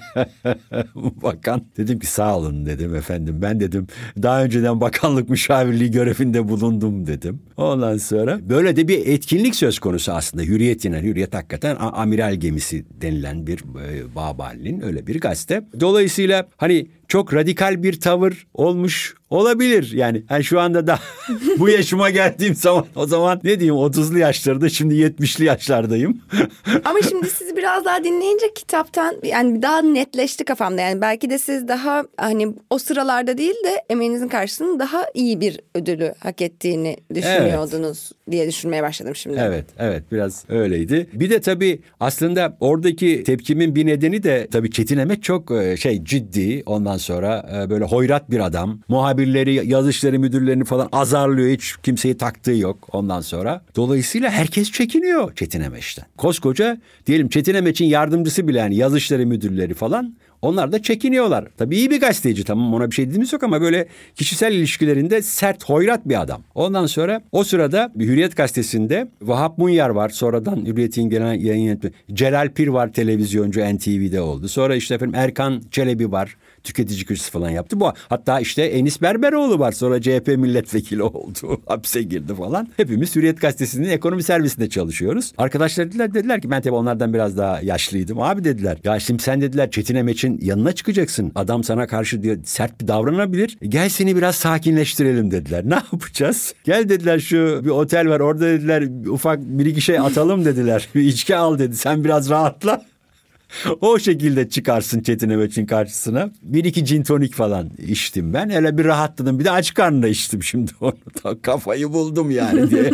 Speaker 2: Bakan dedim ki sağ olun dedim efendim. Ben dedim daha önceden bakanlık müşavirliği görevinde bulundum dedim. Ondan sonra böyle de bir etkinlik söz konusu aslında. Hürriyet'in Hürriyet hakikaten amiral gemisi denilen bir e, Babali'nin öyle bir gazete. Dolayısıyla Dolayısıyla hani çok radikal bir tavır olmuş olabilir. Yani, yani şu anda da bu yaşıma geldiğim zaman o zaman ne diyeyim otuzlu yaşlarda şimdi yetmişli yaşlardayım.
Speaker 1: Ama şimdi sizi biraz daha dinleyince kitaptan yani daha netleşti kafamda. Yani belki de siz daha hani o sıralarda değil de emeğinizin karşısında daha iyi bir ödülü hak ettiğini düşünüyordunuz evet. diye düşünmeye başladım şimdi.
Speaker 2: Evet, evet biraz öyleydi. Bir de tabii aslında oradaki tepkimin bir nedeni de tabii Çetin Emeç çok şey ciddi ondan sonra böyle hoyrat bir adam. Muhabirleri, yazı işleri müdürlerini falan azarlıyor. Hiç kimseyi taktığı yok ondan sonra. Dolayısıyla herkes çekiniyor Çetin Emeç'ten. Koskoca diyelim Çetin Emeç'in yardımcısı bile yani yazı işleri müdürleri falan Onlar da çekiniyorlar. Tabii iyi bir gazeteci, tamam, ona bir şey dediğimiz yok ama böyle kişisel ilişkilerinde sert, hoyrat bir adam. Ondan sonra o sırada Hürriyet gazetesinde Vahap Munyar var. Sonradan Hürriyet'in genel yayın yönetmeni. Celal Pir var, televizyoncu, N T V'de oldu. Sonra işte efendim Erkan Çelebi var. Tüketici köşesi falan yaptı. Bu hatta işte Enis Berberoğlu var. Sonra C H P milletvekili oldu. Hapse girdi falan. Hepimiz Hürriyet gazetesinin ekonomi servisinde çalışıyoruz. Arkadaşlar dediler, dediler ki ben tabii onlardan biraz daha yaşlıydım. Abi dediler, ya şimdi sen dediler Çetin Emeç'in yanına çıkacaksın. Adam sana karşı diyor sert bir davranabilir. Gel seni biraz sakinleştirelim dediler. Ne yapacağız? Gel dediler, şu bir otel var orada dediler, ufak bir iki şey atalım dediler. Bir içki al dedi. Sen biraz rahatla. O şekilde çıkarsın Çetin Emeç'in karşısına. Bir iki gin tonik falan içtim ben. Hele bir rahatladım. Bir de aç karnına içtim şimdi onu. Kafayı buldum yani diye.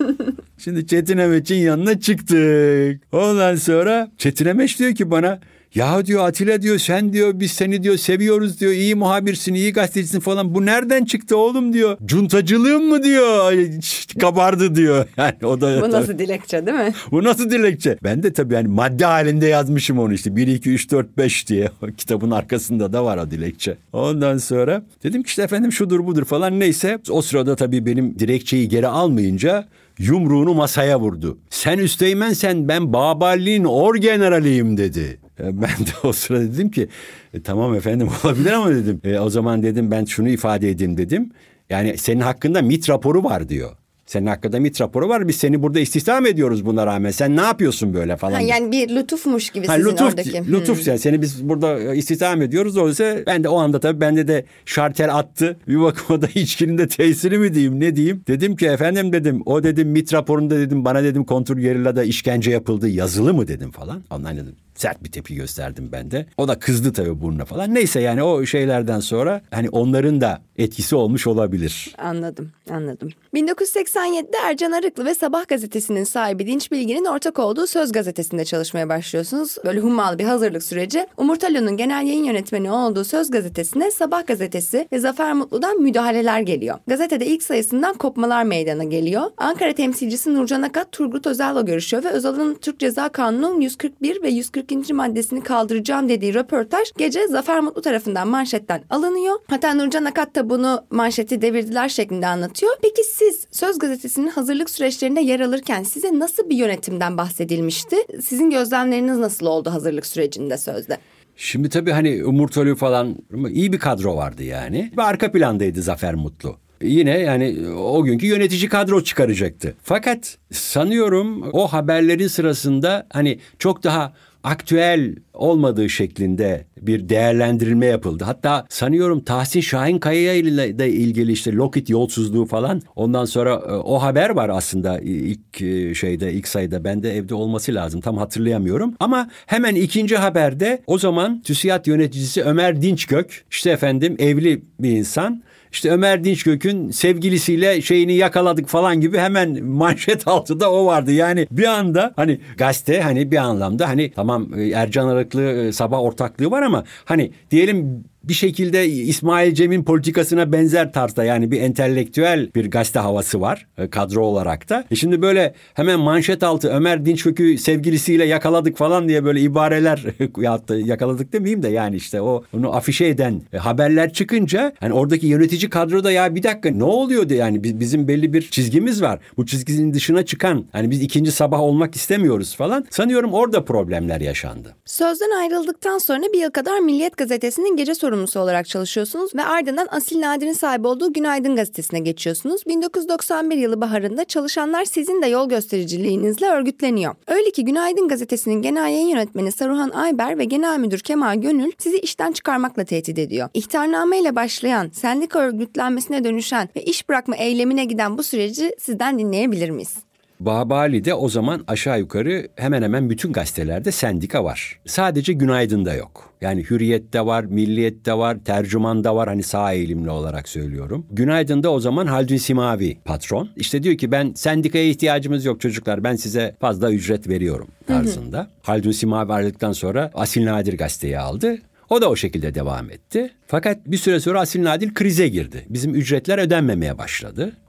Speaker 2: Şimdi Çetin Emeç'in yanına çıktık. Ondan sonra Çetin Emeç diyor ki bana, ya diyor Atilla diyor, sen diyor biz seni diyor seviyoruz diyor, iyi muhabirsin, iyi gazetecisin falan, bu nereden çıktı oğlum diyor, cuntacılığın mı diyor, kabardı diyor. Yani o da
Speaker 1: bu nasıl dilekçe değil mi?
Speaker 2: Bu nasıl dilekçe? Ben de tabii yani madde halinde yazmışım onu işte bir iki üç dört beş diye, o kitabın arkasında da var o dilekçe. Ondan sonra dedim ki işte efendim şudur budur falan, neyse o sırada tabii benim dilekçeyi geri almayınca yumruğunu masaya vurdu. Sen üsteğmensen ben Babali'nin orgeneraliyim dedi. Ben de o sırada dedim ki e, tamam efendim olabilir ama dedim. E, o zaman dedim ben şunu ifade edeyim dedim. Yani senin hakkında MİT raporu var diyor. Senin hakkında MİT raporu var. Biz seni burada istihdam ediyoruz buna rağmen. Sen ne yapıyorsun böyle falan.
Speaker 1: Ha, yani bir lütufmuş gibi ha, sizin
Speaker 2: lütuf,
Speaker 1: oradaki.
Speaker 2: Lütuf hmm. yani seni biz burada istihdam ediyoruz. Oysa ben de o anda tabii bende de şarter attı. Bir bakıma da içkinin de tesiri mi diyeyim ne diyeyim. Dedim ki efendim dedim o dedim MİT raporunda dedim bana dedim kontrgerillada işkence yapıldı yazılı mı dedim falan. Ondan dedim. Sert bir tepki gösterdim ben de. O da kızdı tabii burnuna falan. Neyse yani o şeylerden sonra hani onların da etkisi olmuş olabilir.
Speaker 1: Anladım, anladım. bin dokuz yüz seksen yedide Ercan Arıklı ve Sabah gazetesinin sahibi Dinç Bilgin'in ortak olduğu Söz gazetesinde çalışmaya başlıyorsunuz. Böyle hummalı bir hazırlık süreci. Umur Talon'un genel yayın yönetmeni olduğu Söz gazetesine Sabah gazetesi ve Zafer Mutlu'dan müdahaleler geliyor. Gazetede ilk sayısından kopmalar meydana geliyor. Ankara temsilcisi Nurcan Akat, Turgut Özal'la görüşüyor ve Özal'ın Türk Ceza Kanunu'nun yüz kırk bir ve yüz kırk ikinci maddesini kaldıracağım dediği röportaj gece Zafer Mutlu tarafından manşetten alınıyor. Hatta Nurcan Akat da bunu manşeti devirdiler şeklinde anlatıyor. Peki siz Söz gazetesinin hazırlık süreçlerinde yer alırken size nasıl bir yönetimden bahsedilmişti? Sizin gözlemleriniz nasıl oldu hazırlık sürecinde Söz'de?
Speaker 2: Şimdi tabii hani Umur Tolü falan iyi bir kadro vardı yani. Ve arka plandaydı Zafer Mutlu. Yine yani o günkü yönetici kadro çıkaracaktı. Fakat sanıyorum o haberlerin sırasında hani çok daha aktüel olmadığı şeklinde bir değerlendirilme yapıldı. Hatta sanıyorum Tahsin Şahinkaya ile de ilgili işte Lockheed yolsuzluğu falan. Ondan sonra o haber var aslında ilk şeyde, ilk sayıda. Bende evde olması lazım. Tam hatırlayamıyorum. Ama hemen ikinci haberde o zaman TÜSİAD yöneticisi Ömer Dinçgök, işte efendim evli bir insan. İşte Ömer Dinçgök'ün sevgilisiyle şeyini yakaladık falan gibi hemen manşet altında o vardı. Yani bir anda hani gazete hani bir anlamda hani tamam Ercan Arıklı Sabah ortaklığı var ama hani diyelim bir şekilde İsmail Cem'in politikasına benzer tarzda yani bir entelektüel bir gazete havası var kadro olarak da. E şimdi böyle hemen manşet altı Ömer Dinçgök'ü sevgilisiyle yakaladık falan diye böyle ibareler ya yakaladık demeyeyim de yani işte o onu afişe eden haberler çıkınca hani oradaki yönetici kadroda ya bir dakika ne oluyordu yani bizim belli bir çizgimiz var. Bu çizginin dışına çıkan hani biz ikinci Sabah olmak istemiyoruz falan. Sanıyorum orada problemler yaşandı.
Speaker 1: Sözden ayrıldıktan sonra bir yıl kadar Milliyet Gazetesi'nin gece sorumlusu olarak çalışıyorsunuz ve ardından Asil Nadir'in sahibi olduğu Günaydın Gazetesi'ne geçiyorsunuz. bin dokuz yüz doksan bir yılı baharında çalışanlar sizin de yol göstericiliğinizle örgütleniyor. Öyle ki Günaydın Gazetesi'nin genel yayın yönetmeni Saruhan Ayber ve genel müdür Kemal Gönül sizi işten çıkarmakla tehdit ediyor. İhtarnameyle başlayan, sendika örgütlenmesine dönüşen ve iş bırakma eylemine giden bu süreci sizden dinleyebilir miyiz?
Speaker 2: Babali'de o zaman aşağı yukarı hemen hemen bütün gazetelerde sendika var. Sadece Günaydın'da yok. Yani Hürriyet'te var, Milliyet'te var, Tercüman'da var hani sağ eğilimli olarak söylüyorum. Günaydın'da o zaman Haldun Simavi patron. İşte diyor ki ben sendikaya ihtiyacımız yok çocuklar ben size fazla ücret veriyorum tarzında. Hı hı. Haldun Simavi ayrıldıktan sonra Asil Nadir gazeteyi aldı. O da o şekilde devam etti. Fakat bir süre sonra Asil Nadir krize girdi. Bizim ücretler ödenmemeye başladı.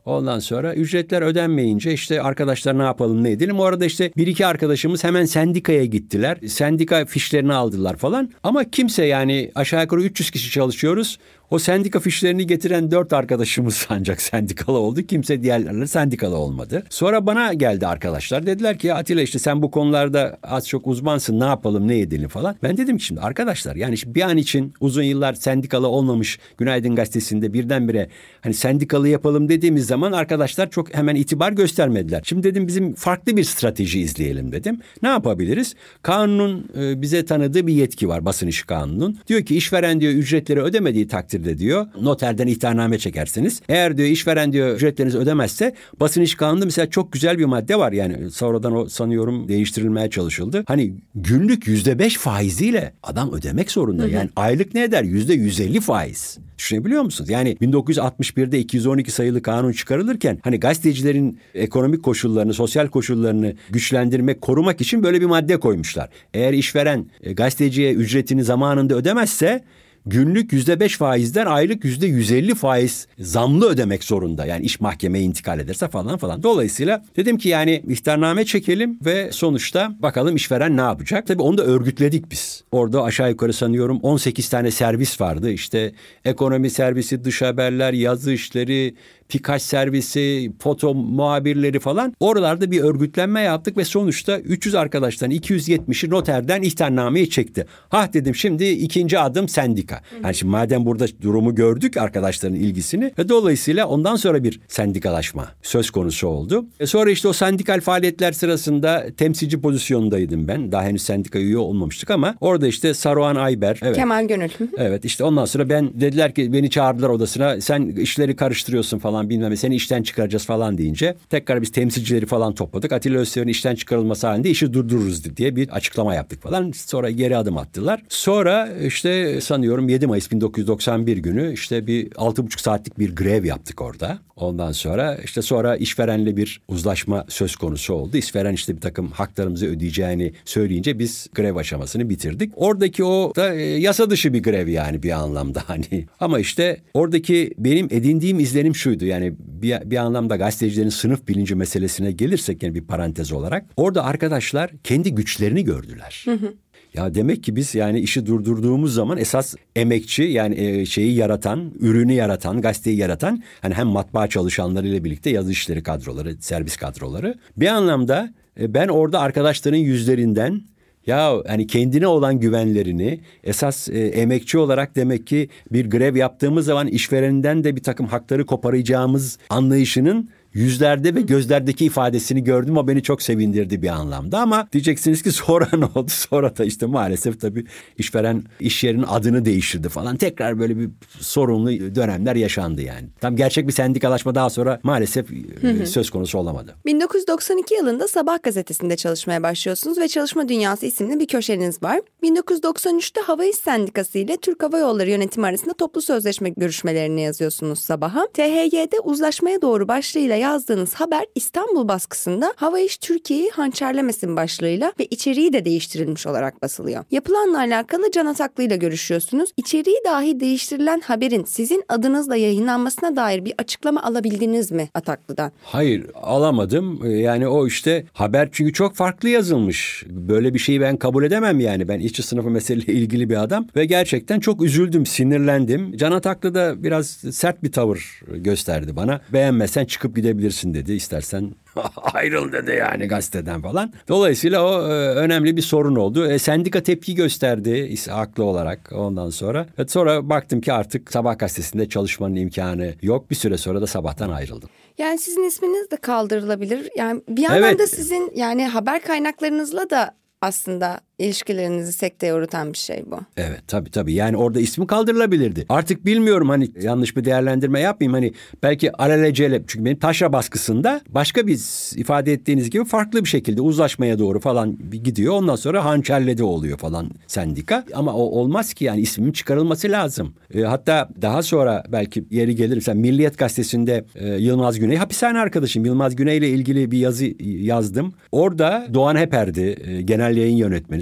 Speaker 2: Ondan sonra ücretler ödenmeyince işte arkadaşlar ne yapalım ne edelim. O arada işte bir iki arkadaşımız hemen sendikaya gittiler. Sendika fişlerini aldılar falan. Ama kimse yani aşağı yukarı üç yüz kişi çalışıyoruz. O sendika fişlerini getiren dört arkadaşımız ancak sendikalı oldu. Kimse diğerlerine sendikalı olmadı. Sonra bana geldi arkadaşlar. Dediler ki Atilla işte sen bu konularda az çok uzmansın. Ne yapalım ne edelim falan. Ben dedim ki şimdi arkadaşlar yani bir an için uzun yıllar sendikalı olmamış Günaydın Gazetesi'nde birdenbire hani sendikalı yapalım dediğimiz zaman arkadaşlar çok hemen itibar göstermediler. Şimdi dedim bizim farklı bir strateji izleyelim dedim. Ne yapabiliriz? Kanunun e, bize tanıdığı bir yetki var, basın işi kanunun. Diyor ki işveren diyor ücretleri ödemediği takdirde diyor noterden ihtarname çekersiniz. Eğer diyor işveren diyor ücretlerinizi ödemezse basın iş kanununda mesela çok güzel bir madde var. Yani sonradan o sanıyorum değiştirilmeye çalışıldı. Hani günlük yüzde beş faiziyle adam ödemek zorunda. Hı hı. Yani aylık ne eder? Yüzde yüz elli faiz. Düşünebiliyor musunuz? Yani bin dokuz yüz altmış birde iki yüz on iki sayılı kanun çıkarılırken hani gazetecilerin ekonomik koşullarını, sosyal koşullarını güçlendirmek, korumak için böyle bir madde koymuşlar. Eğer işveren e, gazeteciye ücretini zamanında ödemezse günlük yüzde beş faizden aylık yüzde yüz elli faiz zamlı ödemek zorunda. Yani iş mahkemeye intikal ederse falan falan. Dolayısıyla dedim ki yani ihtarname çekelim ve sonuçta bakalım işveren ne yapacak? Tabii onu da örgütledik biz. Orada aşağı yukarı sanıyorum on sekiz tane servis vardı. İşte ekonomi servisi, dış haberler, yazı işleri, Pikaç servisi, foto muhabirleri falan. Oralarda bir örgütlenme yaptık ve sonuçta üç yüz arkadaştan iki yüz yetmişi noterden ihtarnameyi çekti. Ha dedim şimdi ikinci adım sendika. Yani şimdi madem burada durumu gördük arkadaşların ilgisini ve dolayısıyla ondan sonra bir sendikalaşma söz konusu oldu. E sonra işte o sendikal faaliyetler sırasında temsilci pozisyondaydım ben. Daha henüz sendika üye olmamıştık ama orada işte Saruhan Ayber. Evet.
Speaker 1: Kemal Gönül.
Speaker 2: Evet işte ondan sonra ben dediler ki beni çağırdılar odasına. Sen işleri karıştırıyorsun falan bilmem ne seni işten çıkaracağız falan deyince tekrar biz temsilcileri falan topladık. Atilla Özsever'in işten çıkarılması halinde işi durdururuz diye bir açıklama yaptık falan. Sonra geri adım attılar. Sonra işte sanıyorum yedi Mayıs bin dokuz yüz doksan bir günü işte bir altı buçuk saatlik bir grev yaptık orada. Ondan sonra işte sonra işverenle bir uzlaşma söz konusu oldu. İşveren işte bir takım haklarımızı ödeyeceğini söyleyince biz grev aşamasını bitirdik. Oradaki o da e, yasa dışı bir grev yani bir anlamda hani. Ama işte oradaki benim edindiğim izlenim şuydu. Yani bir, bir anlamda gazetecilerin sınıf bilinci meselesine gelirsek yani bir parantez olarak orada arkadaşlar kendi güçlerini gördüler. Hı hı. Ya demek ki biz yani işi durdurduğumuz zaman esas emekçi yani şeyi yaratan, ürünü yaratan, gazeteyi yaratan hani hem matbaa çalışanlarıyla birlikte yazı işleri kadroları, servis kadroları. Bir anlamda ben orada arkadaşların yüzlerinden ya hani kendine olan güvenlerini esas e, emekçi olarak demek ki bir grev yaptığımız zaman işvereninden de bir takım hakları koparacağımız anlayışının yüzlerde ve gözlerdeki ifadesini gördüm. O beni çok sevindirdi bir anlamda ama diyeceksiniz ki sonra ne oldu? Sonra da işte maalesef tabii işveren iş yerinin adını değiştirdi falan. Tekrar böyle bir sorunlu dönemler yaşandı yani. Tam gerçek bir sendikalaşma daha sonra maalesef hı hı. söz konusu olamadı.
Speaker 1: bin dokuz yüz doksan iki yılında Sabah gazetesinde çalışmaya başlıyorsunuz ve Çalışma Dünyası isimli bir köşeniz var. bin dokuz yüz doksan üçte Hava İş Sendikası ile Türk Hava Yolları yönetimi arasında toplu sözleşme görüşmelerini yazıyorsunuz Sabah'a. T H Y'de uzlaşmaya doğru başlığıyla yazdığınız haber İstanbul baskısında Hava İş Türkiye'yi hançerlemesin başlığıyla ve içeriği de değiştirilmiş olarak basılıyor. Yapılanla alakalı Can Ataklı ile görüşüyorsunuz. İçeriği dahi değiştirilen haberin sizin adınızla yayınlanmasına dair bir açıklama alabildiniz mi Ataklı'dan?
Speaker 2: Hayır, alamadım. Yani o işte haber çünkü çok farklı yazılmış. Böyle bir şeyi ben kabul edemem yani. Ben işçi sınıfı meseleyle ilgili bir adam ve gerçekten çok üzüldüm, sinirlendim. Can Ataklı da biraz sert bir tavır gösterdi bana. Beğenmezsen çıkıp gidebilirsin dedi. İstersen ayrıl dedi yani gazeteden falan. Dolayısıyla o e, önemli bir sorun oldu. E, sendika tepki gösterdi haklı olarak ondan sonra. E, sonra baktım ki artık Sabah gazetesinde çalışmanın imkanı yok. Bir süre sonra da Sabah'tan ayrıldım.
Speaker 1: Yani sizin isminiz de kaldırılabilir. Yani bir yandan evet. da sizin yani haber kaynaklarınızla da aslında ilişkilerinizi sekteye uğratan bir şey bu.
Speaker 2: Evet tabii tabii yani orada ismi kaldırılabilirdi. Artık bilmiyorum hani yanlış bir değerlendirme yapmayayım hani belki alelacele çünkü benim taşra baskısında başka bir ifade ettiğiniz gibi farklı bir şekilde uzlaşmaya doğru falan gidiyor. Ondan sonra hançerledi oluyor falan sendika ama o olmaz ki yani ismimin çıkarılması lazım. E, hatta daha sonra belki yeri gelir mesela Milliyet gazetesinde e, Yılmaz Güney hapishane arkadaşım Yılmaz Güney ile ilgili bir yazı yazdım. Orada Doğan Heper'di e, genel yayın yönetmeni.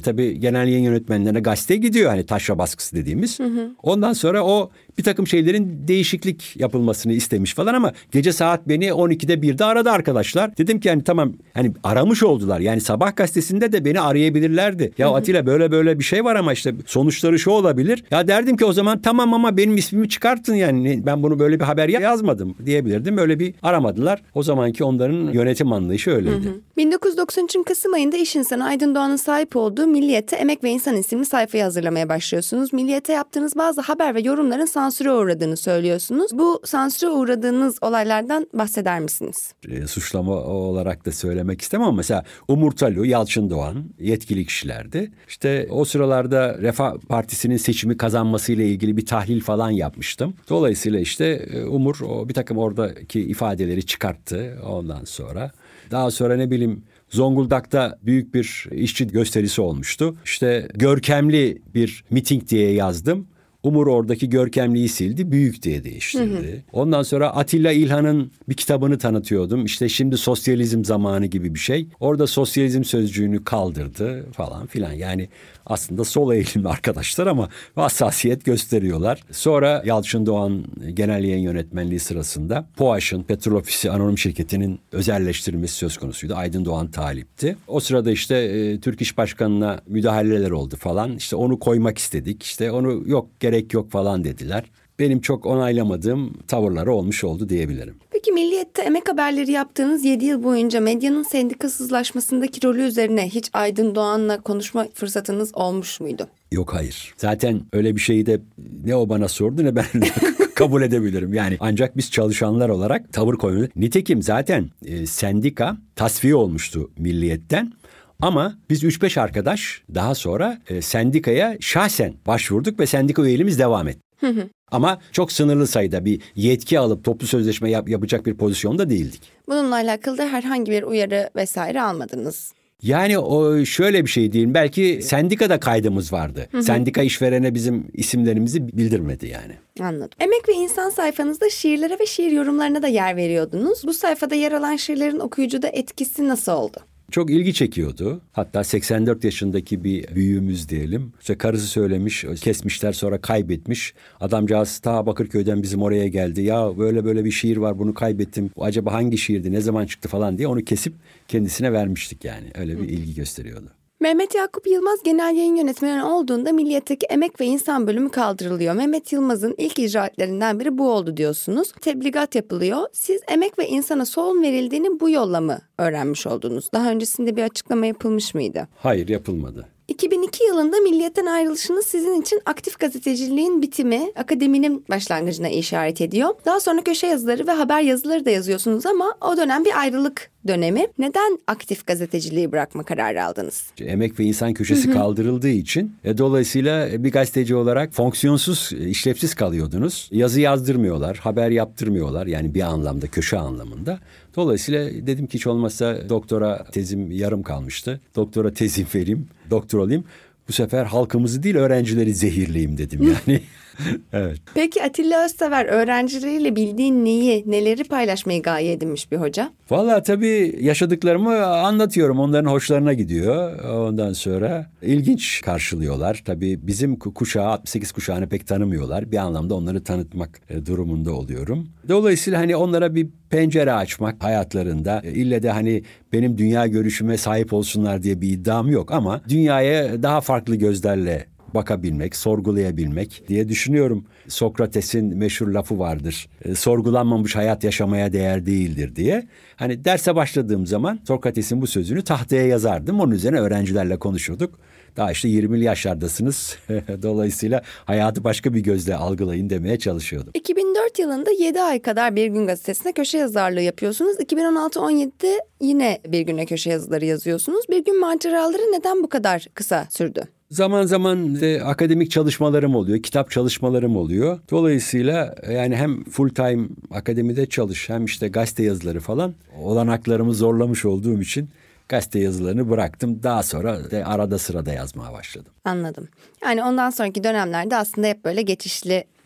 Speaker 2: tabii genel yayın yönetmenlerine gazete gidiyor. Hani taşra baskısı dediğimiz. Hı hı. Ondan sonra o bir takım şeylerin değişiklik yapılmasını istemiş falan ama gece saat beni on ikide birde aradı arkadaşlar. Dedim ki hani tamam hani aramış oldular. Yani Sabah gazetesinde de beni arayabilirlerdi. Ya hı hı. Atilla böyle böyle bir şey var ama işte sonuçları şu olabilir. Ya derdim ki o zaman tamam ama benim ismimi çıkartın yani. Ben bunu böyle bir haber yazmadım diyebilirdim. Öyle bir aramadılar. O zamanki onların yönetim anlayışı öyleydi. Hı hı.
Speaker 1: bin dokuz yüz doksan üçün Kasım ayında iş insanı Aydın Doğan'ın sahip olduğu Milliyet'te Emek ve İnsan isimli sayfayı hazırlamaya başlıyorsunuz. Milliyet'te yaptığınız bazı haber ve yorumların sansüre uğradığını söylüyorsunuz. Bu sansüre uğradığınız olaylardan bahseder misiniz?
Speaker 2: E, suçlama olarak da söylemek istemem ama mesela Umur Talu, Yalçın Doğan yetkili kişilerdi. İşte o sıralarda Refah Partisi'nin seçimi kazanmasıyla ilgili bir tahlil falan yapmıştım. Dolayısıyla işte Umur o bir takım oradaki ifadeleri çıkarttı ondan sonra. Daha sonra ne bileyim Zonguldak'ta büyük bir işçi gösterisi olmuştu. İşte görkemli bir miting diye yazdım. Umur oradaki görkemliği sildi, büyük diye değiştirdi. Hı hı. Ondan sonra Atilla İlhan'ın bir kitabını tanıtıyordum. İşte şimdi sosyalizm zamanı gibi bir şey. Orada sosyalizm sözcüğünü kaldırdı falan filan. Yani aslında sol eğilimli arkadaşlar ama hassasiyet gösteriyorlar. Sonra Yalçın Doğan genel yayın yönetmenliği sırasında POAŞ'ın Petrol Ofisi Anonim Şirketi'nin özelleştirilmesi söz konusuydu. Aydın Doğan talipti. O sırada işte e, Türk İş Başkanı'na müdahaleler oldu falan. İşte onu koymak istedik. İşte onu yok gerek yok falan dediler. Benim çok onaylamadığım tavırları olmuş oldu diyebilirim.
Speaker 1: Peki Milliyet'te emek haberleri yaptığınız yedi yıl boyunca medyanın sendikasızlaşmasındaki rolü üzerine hiç Aydın Doğan'la konuşma fırsatınız olmuş muydu?
Speaker 2: Yok hayır. Zaten öyle bir şeyi de ne o bana sordu ne ben kabul edebilirim. Yani ancak biz çalışanlar olarak tavır koyuyoruz. Nitekim zaten e, sendika tasfiye olmuştu Milliyet'ten. Ama biz üç beş arkadaş daha sonra e, sendikaya şahsen başvurduk ve sendika üyeliğimiz devam etti. Hı hı. Ama çok sınırlı sayıda bir yetki alıp toplu sözleşme yap, yapacak bir pozisyonda değildik.
Speaker 1: Bununla alakalı da herhangi bir uyarı vesaire almadınız.
Speaker 2: Yani o şöyle bir şey diyeyim. Belki sendikada kaydımız vardı. Hı hı. Sendika işverene bizim isimlerimizi bildirmedi yani.
Speaker 1: Anladım. Emek ve İnsan sayfanızda şiirlere ve şiir yorumlarına da yer veriyordunuz. Bu sayfada yer alan şiirlerin okuyucuda etkisi nasıl oldu?
Speaker 2: Çok ilgi çekiyordu. Hatta seksen dört yaşındaki bir büyüğümüz diyelim. İşte karısı söylemiş, kesmişler sonra kaybetmiş. Adamcağız ta Bakırköy'den bizim oraya geldi. Ya böyle böyle bir şiir var bunu kaybettim. Acaba hangi şiirdi, ne zaman çıktı falan diye onu kesip kendisine vermiştik yani. Öyle bir ilgi gösteriyordu.
Speaker 1: Mehmet Yakup Yılmaz genel yayın yönetmeni olduğunda Milliyet'teki Emek ve İnsan bölümü kaldırılıyor. Mehmet Yılmaz'ın ilk icraatlerinden biri bu oldu diyorsunuz. Tebligat yapılıyor. Siz Emek ve İnsan'a son verildiğini bu yolla mı öğrenmiş oldunuz? Daha öncesinde bir açıklama yapılmış mıydı?
Speaker 2: Hayır, yapılmadı.
Speaker 1: iki bin iki yılında Milliyet'ten ayrılışınız sizin için aktif gazeteciliğin bitimi, akademinin başlangıcına işaret ediyor. Daha sonra köşe yazıları ve haber yazıları da yazıyorsunuz ama o dönem bir ayrılık dönemi. Neden aktif gazeteciliği bırakma kararı aldınız?
Speaker 2: Emek ve İnsan köşesi kaldırıldığı için e, dolayısıyla bir gazeteci olarak fonksiyonsuz, işlevsiz kalıyordunuz. Yazı yazdırmıyorlar, haber yaptırmıyorlar yani bir anlamda, köşe anlamında. Dolayısıyla dedim ki hiç olmazsa doktora tezim yarım kalmıştı. Doktora tezim vereyim, doktor olayım. Bu sefer halkımızı değil öğrencileri zehirleyeyim dedim yani. Evet.
Speaker 1: Peki Atilla Özsever öğrencileriyle bildiğin neyi, neleri paylaşmayı gaye edinmiş bir hoca?
Speaker 2: Vallahi tabii yaşadıklarımı anlatıyorum. Onların hoşlarına gidiyor. Ondan sonra ilginç karşılıyorlar. Tabii bizim kuşağı, altmış sekiz kuşağını pek tanımıyorlar. Bir anlamda onları tanıtmak durumunda oluyorum. Dolayısıyla hani onlara bir pencere açmak hayatlarında. İlle de hani benim dünya görüşüme sahip olsunlar diye bir iddiam yok ama dünyaya daha farklı gözlerle bakabilmek, sorgulayabilmek diye düşünüyorum. Sokrates'in meşhur lafı vardır. E, sorgulanmamış hayat yaşamaya değer değildir diye. Hani derse başladığım zaman Sokrates'in bu sözünü tahtaya yazardım. Onun üzerine öğrencilerle konuşurduk. Daha işte yirmili yaşlardasınız. Dolayısıyla hayatı başka bir gözle algılayın demeye çalışıyordum.
Speaker 1: iki bin dört yılında yedi ay kadar Bir Gün Gazetesi'ne köşe yazarlığı yapıyorsunuz. iki bin on altı on yedide yine Bir Gün'e köşe yazıları yazıyorsunuz. Bir Gün maceraları neden bu kadar kısa sürdü?
Speaker 2: Zaman zaman de akademik çalışmalarım oluyor, kitap çalışmalarım oluyor. Dolayısıyla yani hem full time akademide çalış hem işte gazete yazıları falan olanaklarımı zorlamış olduğum için gazete yazılarını bıraktım. Daha sonra de arada sırada yazmaya başladım.
Speaker 1: Anladım. Yani ondan sonraki dönemlerde aslında hep böyle geçişli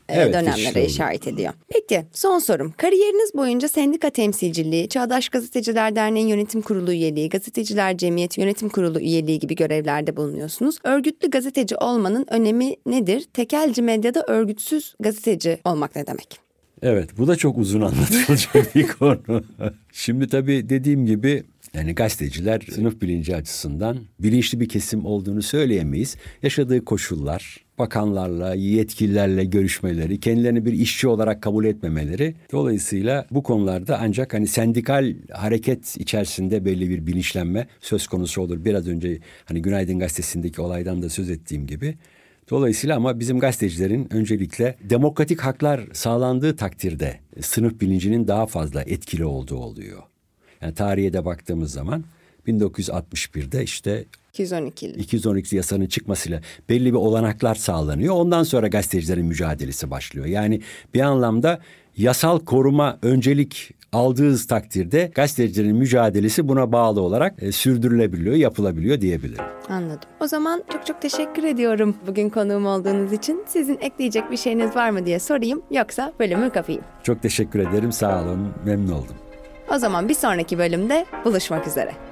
Speaker 2: evet,
Speaker 1: dönemlere işaret ediyor. Peki son sorum. Kariyeriniz boyunca sendika temsilciliği, Çağdaş Gazeteciler Derneği Yönetim Kurulu üyeliği, Gazeteciler Cemiyeti Yönetim Kurulu üyeliği gibi görevlerde bulunuyorsunuz. Örgütlü gazeteci olmanın önemi nedir? Tekelci medyada örgütsüz gazeteci olmak ne demek?
Speaker 2: Evet, bu da çok uzun anlatılacak bir konu. Şimdi tabii dediğim gibi yani gazeteciler sınıf bilinci açısından bilinçli bir kesim olduğunu söyleyemeyiz. Yaşadığı koşullar, bakanlarla, yetkililerle görüşmeleri, kendilerini bir işçi olarak kabul etmemeleri. Dolayısıyla bu konularda ancak hani sendikal hareket içerisinde belli bir bilinçlenme söz konusu olur. Biraz önce hani Günaydın Gazetesi'ndeki olaydan da söz ettiğim gibi. Dolayısıyla ama bizim gazetecilerin öncelikle demokratik haklar sağlandığı takdirde sınıf bilincinin daha fazla etkili olduğu oluyor. Yani tarihe de baktığımız zaman bin dokuz yüz altmış birde işte
Speaker 1: iki yüz on iki
Speaker 2: iki yüz on iki yasanın çıkmasıyla belli bir olanaklar sağlanıyor. Ondan sonra gazetecilerin mücadelesi başlıyor. Yani bir anlamda yasal koruma öncelik aldığı takdirde gazetecilerin mücadelesi buna bağlı olarak e, sürdürülebiliyor, yapılabiliyor diyebilirim.
Speaker 1: Anladım. O zaman çok çok teşekkür ediyorum bugün konuğum olduğunuz için. Sizin ekleyecek bir şeyiniz var mı diye sorayım, yoksa bölümü kapayım.
Speaker 2: Çok teşekkür ederim, sağ olun, memnun oldum.
Speaker 1: O zaman bir sonraki bölümde buluşmak üzere.